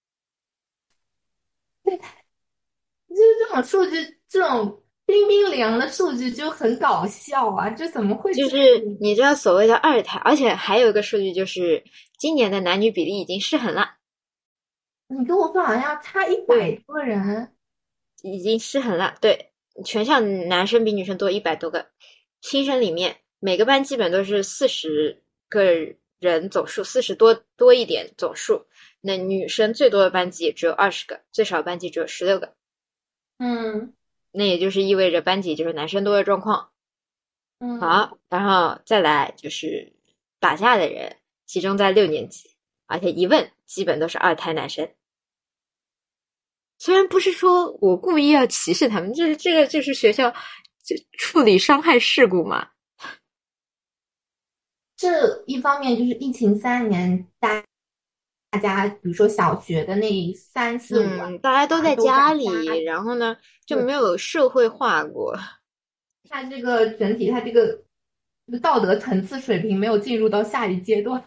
就是这种数据，这种冰冰凉的数据就很搞笑啊！这怎么会就是这样？ 你知道所谓的二胎，而且还有一个数据，就是今年的男女比例已经失衡了。 你跟我说好像要差100多人， 已经失衡了。对，全校男生比女生多100多个。新生里面每个班基本都是40个人总数，40多一点总数。那女生最多的班级也只有20个，最少班级只有16个。 嗯那也就是意味着班级就是男生多的状况。 嗯。 好，然后再来就是打架的人集中在6年级，而且一问基本都是二胎男生。虽然不是说我故意要歧视他们，就是这个就是学校就处理伤害事故嘛。 这一方面就是疫情3年，大家比如说小学的那3、4、5啊， 大家都在都在家家， 里，然后呢就对， 没有社会化过。 它这个整体，它这个道德层次水平没有进入到下一阶段。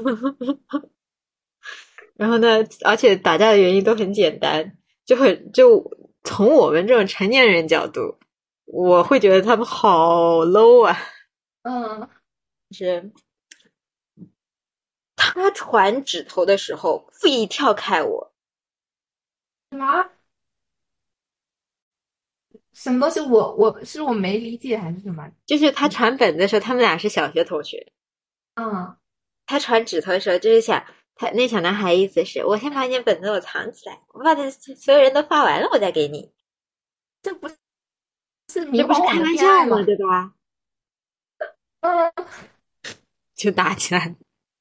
然后呢，而且打架的原因都很简单，就从我们这种成年人角度，我会觉得他们好 low 啊。 嗯， 是他传指头的时候故意跳开我， 什么什么东西我没理解还是什么？ 就是他传本子的时候，他们俩是小学同学。 嗯， 他传指头的时候，就是想他那小男孩意思是我先把你的本子我藏起来，我把这所有人都发完了，我再给你。 这不是这不是开明晃晃的玩笑吗？ 恋爱吗？ 对吧？ 嗯就打起来。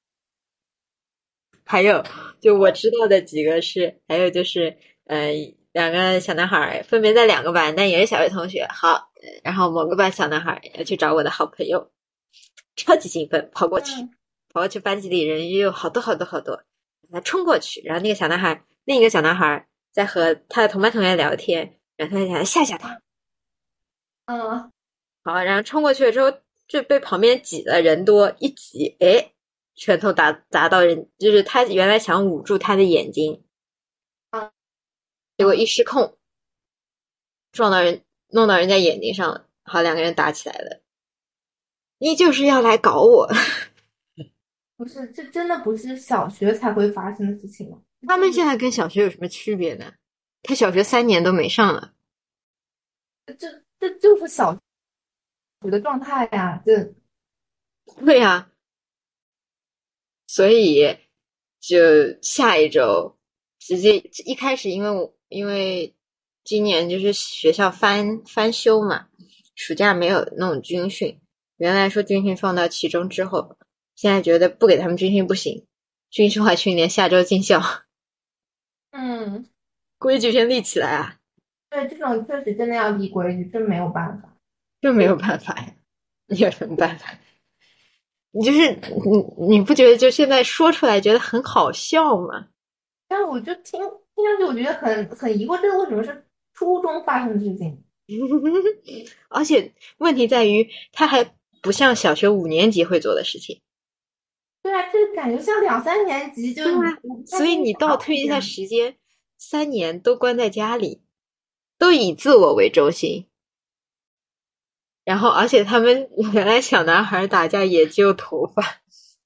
还有，就我知道的几个是，还有就是，两个小男孩分别在2个班，但也是小学同学。好，然后某个班小男孩要去找我的好朋友，超级兴奋， 嗯跑过去，班级里人也有好多好多好多，他冲过去，然后那个小男孩，另一个小男孩在和他的同班同学聊天，然后他就想吓吓他， 嗯好，然后冲过去了之后就被旁边挤的人多一挤，哎，拳头砸到人，就是他原来想捂住他的眼睛， 嗯结果一失控撞到人，弄到人家眼睛上了，好，两个人打起来了。你就是要来搞我！ 不是，这真的不是小学才会发生的事情吗？ 他们现在跟小学有什么区别呢？他小学3年都没上了。 这就是小学的状态呀、这对呀，所以就下一周直接一开始，因为今年就是学校翻修嘛，暑假没有那种军训，原来说军训放到期中之后，现在觉得不给他们军训不行，军事化训练下周进校， 嗯， 规矩先立起来啊， 对，这种确实真的要立规矩，真没有办法。 这没有办法呀，你有什么办法？你就是你不觉得就现在说出来觉得很好笑吗？ 但是我就听上去，我觉得很疑惑，这个为什么是初中发生的事情？ 而且问题在于，他还不像小学5年级会做的事情。 对啊，这感觉像2、3年级就对啊，所以你倒推一下时间，3年都关在家里，都以自我为中心。然后，而且他们原来小男孩打架也揪头发，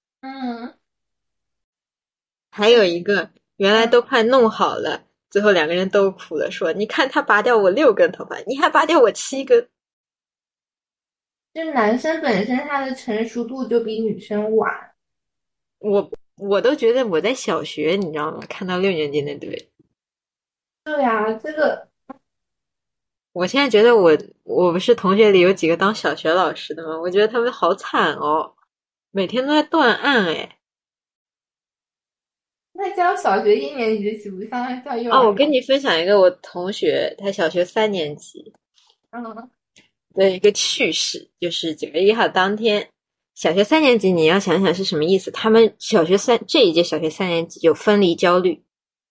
还有一个原来都快弄好了，最后2个人都哭了，说：“你看他拔掉我6根头发，你还拔掉我7根。” 就是男生本身他的成熟度就比女生晚。 我都觉得我在小学，你知道吗？看到6年级那对， 对啊，这个我现在觉得我不是同学里有几个当小学老师的吗？我觉得他们好惨哦，每天都在断案哎。 那教小学1年级岂不相当于教幼哦， 儿园？ 我跟你分享一个我同学，他小学3年级的一个趣事，就是9月1号当天，小学3年级你要想想是什么意思？他们这一届小学3年级有分离焦虑，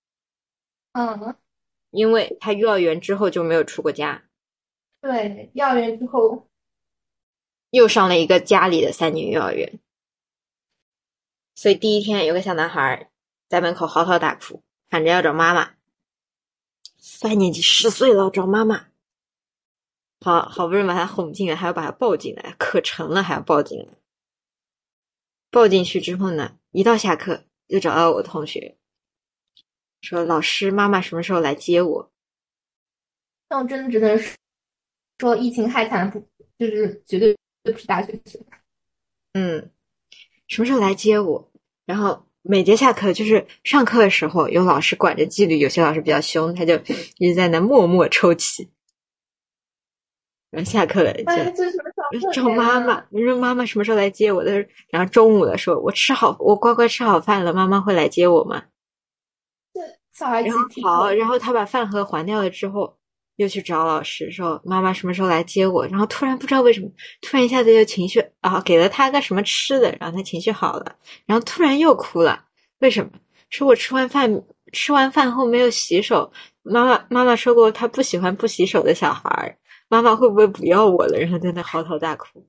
因为他幼儿园之后就没有出过家， 对，幼儿园之后， 又上了一个家里的3年幼儿园，所以第一天有个小男孩在门口嚎啕大哭，喊着要找妈妈。3年级10岁了，找妈妈。好不容易把他哄进来，还要把他抱进来，可成了还要抱进来。抱进去之后呢，一到下课就找到我同学，说老师，妈妈什么时候来接我？ 那我真的只能说疫情害惨不，就是绝对不是大学生。 什么时候来接我？然后每节下课就是上课的时候，有老师管着纪律，有些老师比较凶，他就一直在那默默抽泣。然后下课了就找妈妈，我说妈妈什么时候来接我？然后中午了说，我乖乖吃好饭了，妈妈会来接我吗？ 小孩然后好，然后他把饭盒还掉了之后，又去找老师说妈妈什么时候来接我？然后突然不知道为什么，突然一下子就情绪给了他个什么吃的，然后他情绪好了，然后突然又哭了，为什么？说我吃完饭后没有洗手，妈妈说过她不喜欢不洗手的小孩，妈妈会不会不要我了？然后在那嚎啕大哭。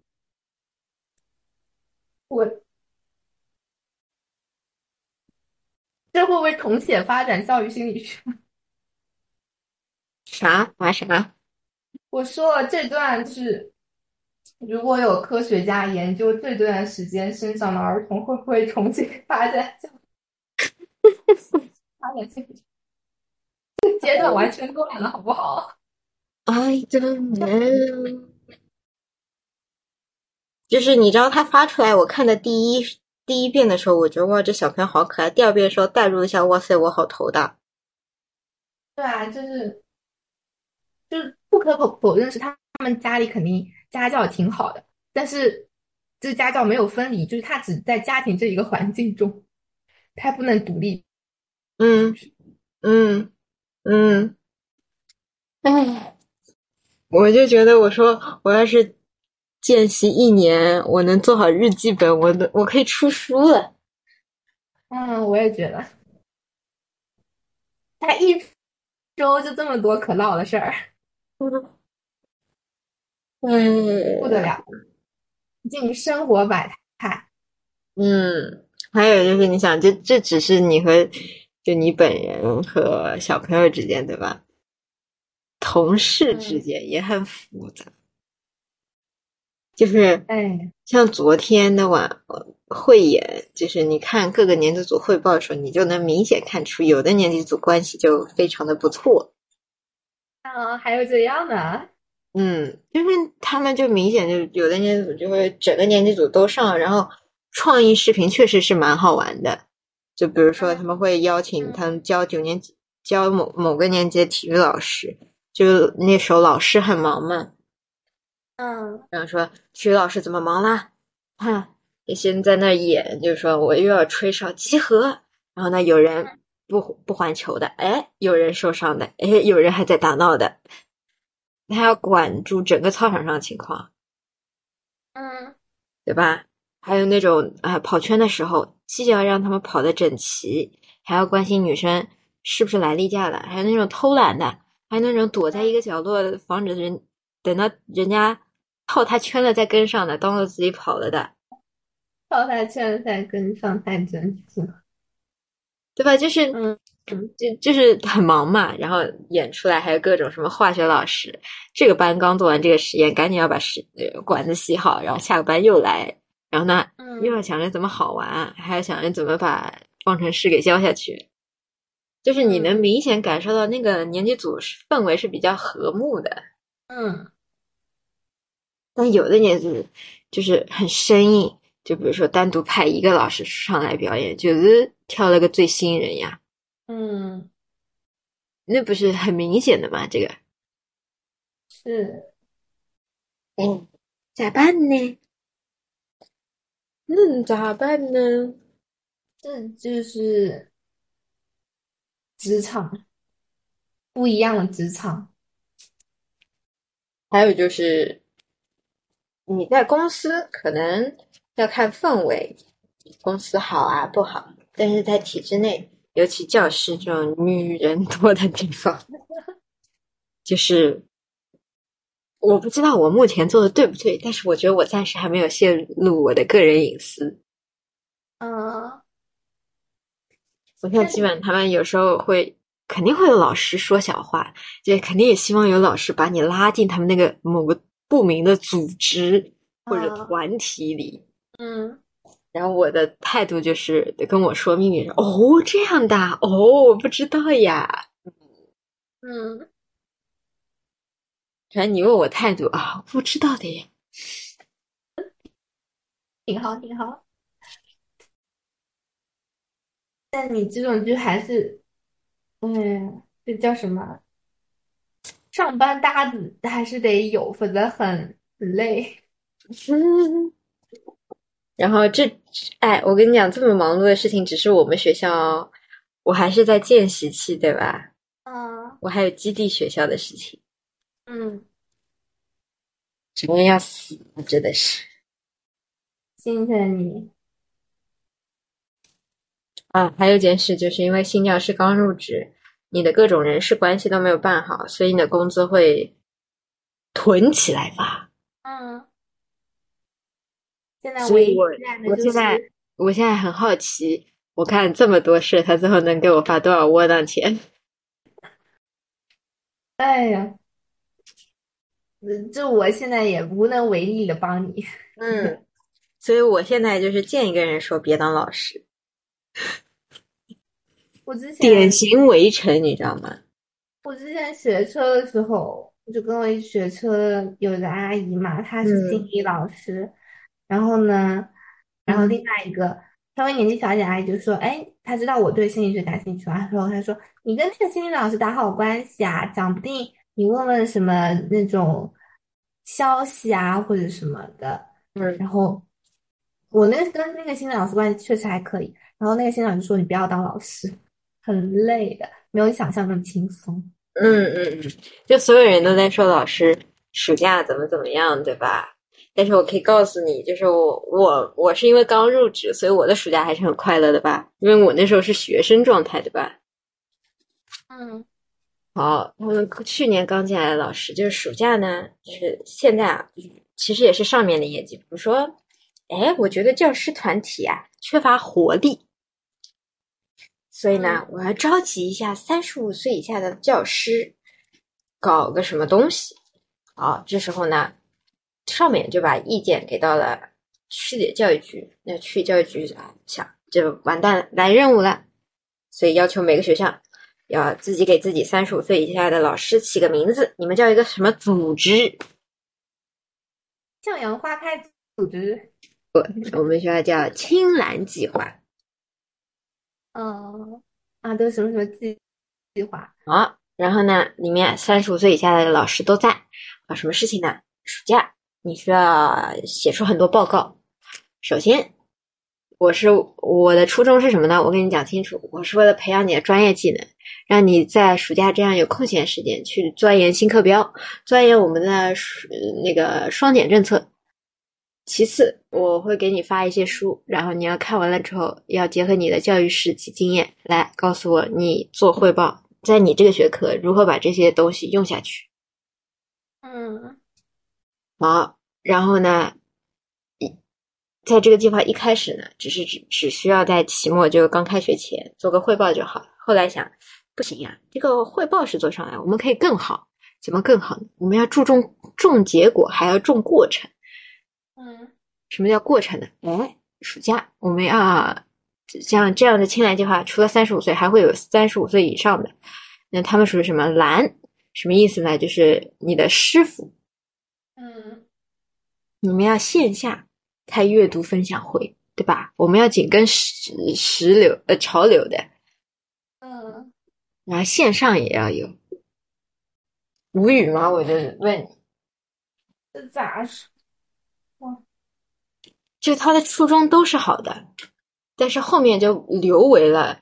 这会不会重写发展教育心理学？ 啥？ 我说了这段是，如果有科学家研究这段时间生长的儿童会不会重写发展教育心理学？这个阶段完全断了，好不好 ？I don't know。就是你知道他发出来，我看的第一遍的时候，我觉得哇，这小朋友好可爱。第2遍的时候代入一下，哇塞，我好头大。 对啊，就是不可否认是他们家里肯定家教挺好的，但是这个家教没有分离，就是他只在家庭这一个环境中，他不能独立。 嗯嗯嗯，哎，我就觉得我说我要是见习1年，我能做好日记本，我可以出书了。 我也觉得，他一周就这么多可唠的事儿，不得了，尽生活百态。 还有就是你想，这只是你和就你本人和小朋友之间，对吧？同事之间也很复杂，就是像昨天的汇演，就是你看各个年级组汇报的时候，你就能明显看出有的年级组关系就非常的不错。 还有这样的？ 就是他们就明显就有的年级组就会整个年级组都上，然后创意视频确实是蛮好玩的。就比如说他们会邀请他们教9年级教某个年级的体育老师，就那时候老师很忙嘛，然后说体育老师怎么忙啦？你现在在那演，就是说我又要吹哨集合，然后呢有人不还球的，有人受伤的，有人还在打闹的，他要管住整个操场上的情况，对吧？还有那种跑圈的时候，既要让他们跑得整齐，还要关心女生是不是来例假了，还有那种偷懒的，还有那种躲在一个角落防止等到人家套他圈了再跟上的，当做自己跑了的， 靠他圈才跟上，太真实了。 对吧？就是嗯就是很忙嘛，然后演出来还有各种什么化学老师，这个班刚做完这个实验，赶紧要把管子洗好，然后下个班又来，然后呢又要想着怎么好玩，还要想着怎么把方程式给教下去，就是你能明显感受到那个年级组氛围是比较和睦的， 嗯但有的年级就是很生硬，就比如说单独派一个老师上来表演，就是挑了个最新人呀， 嗯， 那不是很明显的嘛？这个， 是， 咋办呢？那咋办呢？ 这就是职场不一样的职场。 还有就是你在公司可能要看氛围，公司好啊不好，但是在体制内，尤其教室这种女人多的地方，就是我不知道我目前做的对不对，但是我觉得我暂时还没有泄露我的个人隐私。 嗯， 我现在基本他们有时候肯定会有老师说小话，就肯定也希望有老师把你拉进他们那个某个不明的组织或者团体里。然后我的态度就是得跟我说秘密，哦，这样的，哦，我不知道呀。 嗯， 反正你问我态度啊，不知道的耶。 挺好挺好。但你这种就还是，这叫什么？上班搭子还是得有，否则很累。 然后哎，我跟你讲，这么忙碌的事情只是我们学校，我还是在见习期，对吧？ 嗯我还有基地学校的事情， 嗯， 真要死了，真的是。 心疼你。 啊，还有一件事，就是因为新教师刚入职，你的各种人事关系都没有办好，所以你的工资会囤起来发。 嗯，现在所以唯一期待的我现在就是我现在很好奇，我看这么多事，他最后能给我发多少窝囊钱？ 哎呀，这我现在也无能为力的帮你。 嗯，所以我现在就是见一个人说别当老师， 我之典前型围城，你知道吗？ 我之前学车的时候，就跟我一起学车有一个阿姨嘛，她是心嗯理老师，然后呢，然后另嗯外一个稍微年纪小一点的阿姨就说，哎，她知道我对心理学感兴趣嘛，她说你跟那个心理老师打好关系啊，讲不定你问问什么那种消息啊或者什么的， 嗯然后我跟那个心理老师关系确实还可以，然后那个心理老师说你不要当老师，很累的，没有你想象那么轻松。 就所有人都在说老师暑假怎么样，对吧？但是我可以告诉你，就是我是因为刚入职，所以我的暑假还是很快乐的吧，因为我那时候是学生状态，对吧？ 嗯好，他们去年刚进来的老师，就是暑假呢，就是现在啊，其实也是上面的业绩，比如说，哎，我觉得教师团体啊缺乏活力，所以呢，我要召集一下35岁以下的教师，搞个什么东西。好，这时候呢，上面就把意见给到了区里的教育局，那区教育局啊想，这完蛋了，来任务了，所以要求每个学校要自己给自己35岁以下的老师起个名字，你们叫一个什么组织？ 向阳花开组织， 我们学校叫青蓝计划。 都什么什么计划， 好，然后呢，里面35岁以下的老师都在啊，什么事情呢？暑假你需要写出很多报告。首先，我的初衷是什么呢？我跟你讲清楚，我是为了培养你的专业技能，让你在暑假这样有空闲时间去钻研新课标，钻研我们的那个双减政策。其次，我会给你发一些书，然后你要看完了之后，要结合你的教育实际经验来告诉我你做汇报，在你这个学科如何把这些东西用下去。 嗯好， 然后呢，在这个计划一开始呢，只需要在期末就刚开学前做个汇报就好。后来想，不行呀，这个汇报是做上来，我们可以更好。怎么更好呢？我们要注重结果，还要重过程。什么叫过程呢？暑假我们要像这样的青蓝计划，除了35岁，还会有35岁以上的。那他们属于什么蓝？什么意思呢？就是你的师傅。你们要线下开阅读分享会，对吧？我们要紧跟潮流的。然后线上也要有。无语吗？我就问你， 这咋说？ 就他的初衷都是好的，但是后面就流为了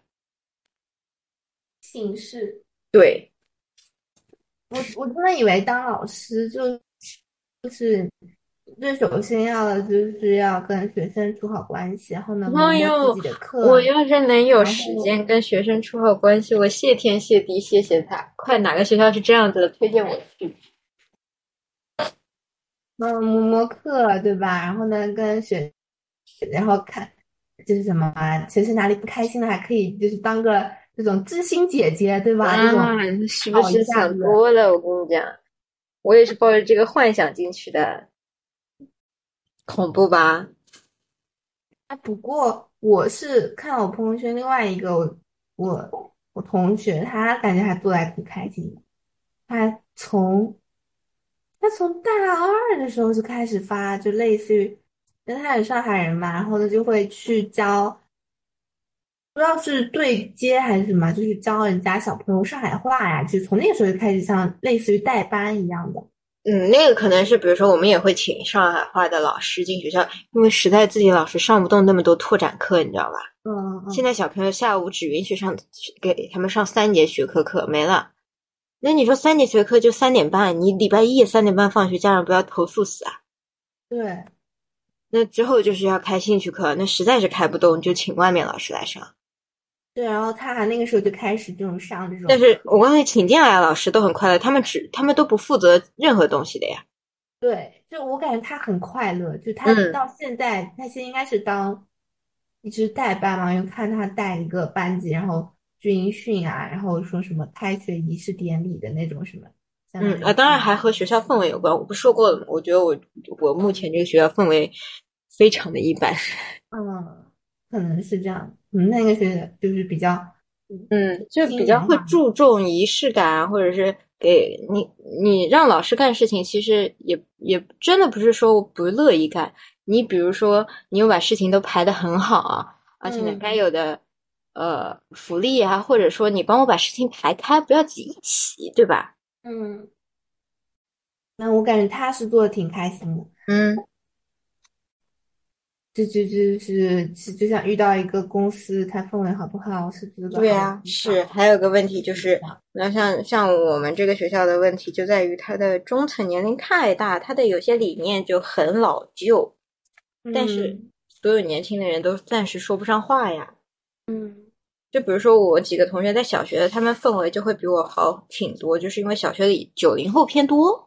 形式。 对。 我真的以为当老师就是首先就是要跟学生处好关系，然后呢摸摸自己的课。 我要是能有时间跟学生处好关系，我谢天谢地谢谢他。快，哪个学校是这样子的，推荐我去。 摸摸课，对吧？然后呢然后看就是什么学生哪里不开心了，还可以就是当个这种知心姐姐，对吧？这种是不是想多了？我跟你讲，我也是抱着这个幻想进去的。恐怖吧？ 不过我是看我朋友圈另外一个我同学，他感觉还做得还挺开心的。他从大二的时候就开始发，就类似于，因为他是上海人嘛，然后呢就会去教，不知道是对接还是什么，就是教人家小朋友上海话呀，就从那个时候就开始像类似于带班一样的。 那个可能是，比如说我们也会请上海话的老师进学校，因为实在自己老师上不动那么多拓展课，你知道吧？现在小朋友下午只允许给他们上3节学科课，没了。那你说3节学科就3点半，你礼拜一3点半放学，家长不要投诉死啊？ 对。 那之后就是要开兴趣课，那实在是开不动，就请外面老师来上。 对，然后他那个时候就开始上这种。 但是我刚才请进来的老师都很快乐，他们都不负责任何东西的呀。 对，就我感觉他很快乐，就他到现在，他现在应该是一直代班嘛，因为看他带一个班级，然后军训啊，然后说什么开学仪式典礼的那种什么。 当然还和学校氛围有关。我不说过了吗？我觉得我目前这个学校氛围非常的一般。 可能是这样。那个学校就是比较， 就比较会注重仪式感啊，或者是给你让老师干事情，其实也真的不是说我不乐意干。你比如说，你又把事情都排得很好啊，而且呢，该有的福利啊，或者说你帮我把事情排开，不要挤一起，对吧？ 那我感觉他是做的挺开心的。就像遇到一个公司，它氛围好不好是这个。 对啊，是。还有个问题就是，那像我们这个学校的问题就在于它的中层年龄太大，它的有些理念就很老旧，但是所有年轻的人都暂时说不上话呀。就比如说我几个同学在小学的，他们氛围就会比我好挺多，就是因为小学里90后偏多。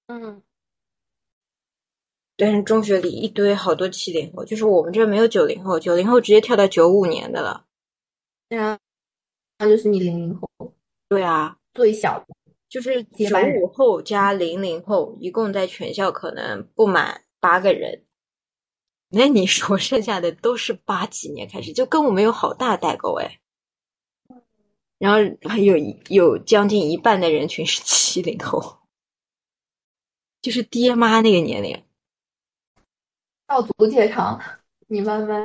但是中学里一堆好多70后，就是我们这没有90后，90后直接跳到95年的了。 那就是你00后。 对啊， 最小的就是95后加00后，一共在全校可能不满8个人。那你说剩下的都是80几年开始，就跟我们有好大代沟哎。然后有将近一半的人群是70后，就是爹妈那个年龄。 道阻且长，你慢慢。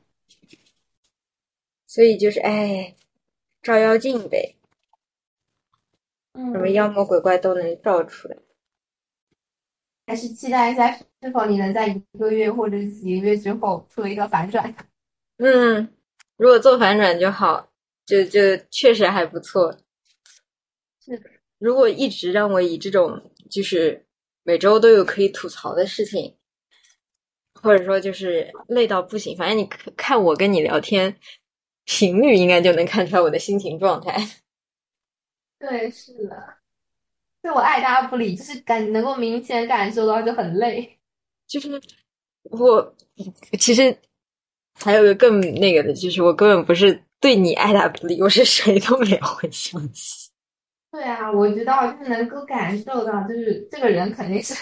所以就是照妖镜呗，什么妖魔鬼怪都能照出来。 还是期待一下，是否你能在1个月或者几个月之后出一个反转。 如果做反转就好，就确实还不错。 是的。 如果一直让我以这种就是每周都有可以吐槽的事情，或者说就是累到不行，反正你看我跟你聊天频率应该就能看出来我的心情状态。 对，是的。对，我爱答不理，就是能够明显感受到就很累。 就是我其实还有个更那个的，就是我根本不是对你爱答不理，我是谁都没有回消息。 对啊，我知道，就是能够感受到，就是这个人肯定是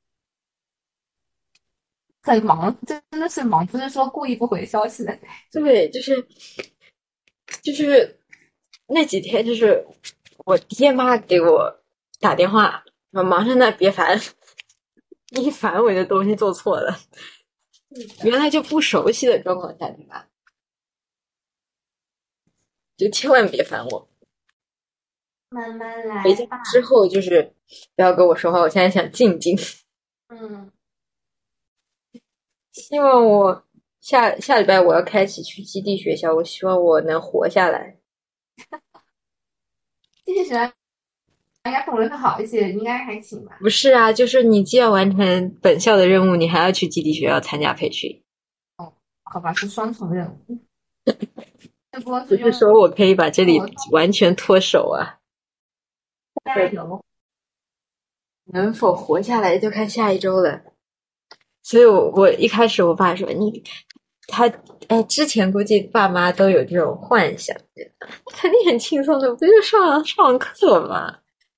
很忙，真的是忙，不是说故意不回消息的。 对，就是那几天，就是我爹妈给我打电话，我忙着呢，别烦，一烦我的东西做错了。原来就不熟悉的状况下，对吧？就千万别烦我。 慢慢来回家吧。 之后就是不要跟我说话，我现在想静静。 嗯， 希望我下礼拜我要开启去基地学校，我希望我能活下来。 继续学应该氛围会好一些，应该还行吧。 不是啊，就是你既要完成本校的任务，你还要去基地学校参加培训。 好吧，是双重任务。这波不是用是说我可以把这里我完全脱手啊？ 加油。 能否活下来就看下一周了。所以我一开始我爸说之前估计爸妈都有这种幻想，肯定很轻松的，不就上课吗？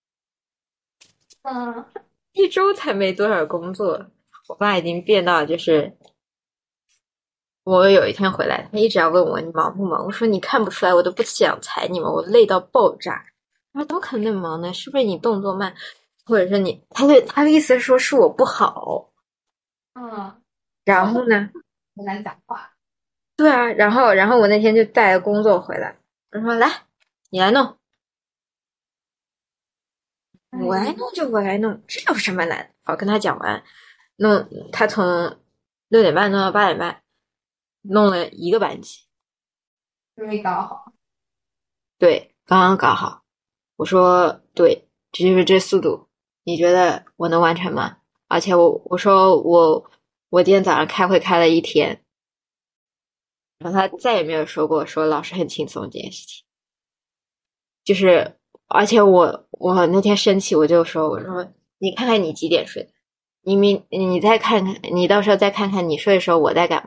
嗯， 一周才没多少工作，我爸已经变到就是我有一天回来，他一直要问我你忙不忙？我说你看不出来，我都不想睬你们，我累到爆炸。他说怎么可能忙呢？是不是你动作慢，或者是你？他的意思是说是我不好。然后呢？ 很难讲话。 对啊，然后我那天就带了工作回来，我说来，你来弄，我来弄就我来弄，这有什么难？好，跟他讲完，弄他从6点半弄到8点半，弄了一个班级， 没搞好。 对，刚刚搞好。我说对，这就是这速度，你觉得我能完成吗？而且我说我今天早上开会开了一天，然后他再也没有说过说老师很轻松这件事情。就是，而且我那天生气，我说你看看你几点睡的，你再看看，你到时候再看看你睡的时候我在干嘛。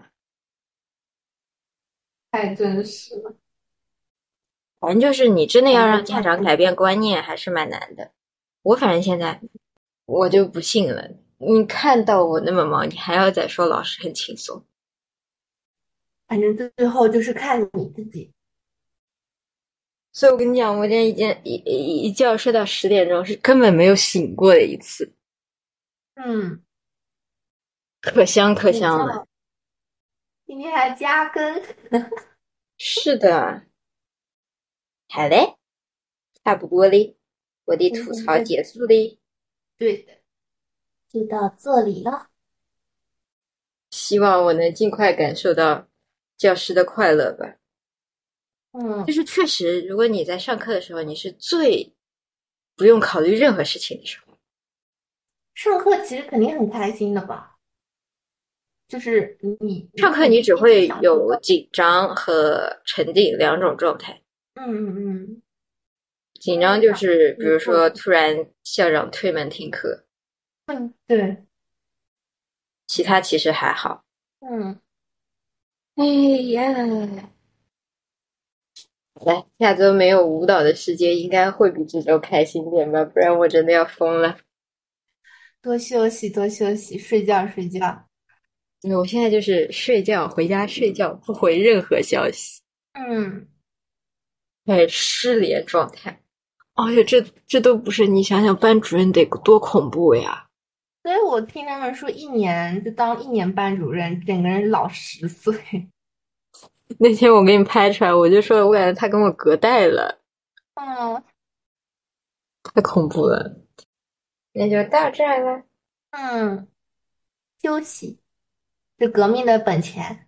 太真实了。 反正就是你真的要让家长改变观念，还是蛮难的。我反正现在我就不信了，你看到我那么忙，你还要再说老师很轻松。 反正最后就是看你自己。 所以我跟你讲，我今天一觉睡到10点钟，是根本没有醒过的一次，可香可香的。 今天还加更。 是的，好嘞，差不多嘞，我的吐槽结束嘞。 对的，就到这里了。 希望我能尽快感受到教师的快乐吧。就是确实，如果你在上课的时候，你是最不用考虑任何事情的时候。 上课其实肯定很开心的吧？就是你上课你只会有紧张和沉浸两种状态。紧张就是比如说突然校长推门停课。 对。 其他其实还好。哎呀，来，下周没有舞蹈的时间，应该会比这周开心点吧？不然我真的要疯了。 多休息，多休息，睡觉，睡觉。 我现在就是睡觉，回家睡觉，不回任何消息。失联状态。而且这都不是，你想想班主任得多恐怖呀！ 所以我听他们说，一年就当1年班主任，整个人老10岁。 那天我给你拍出来，我就说我感觉他跟我隔代了。太恐怖了。那就到这儿了。 休息是革命的本钱。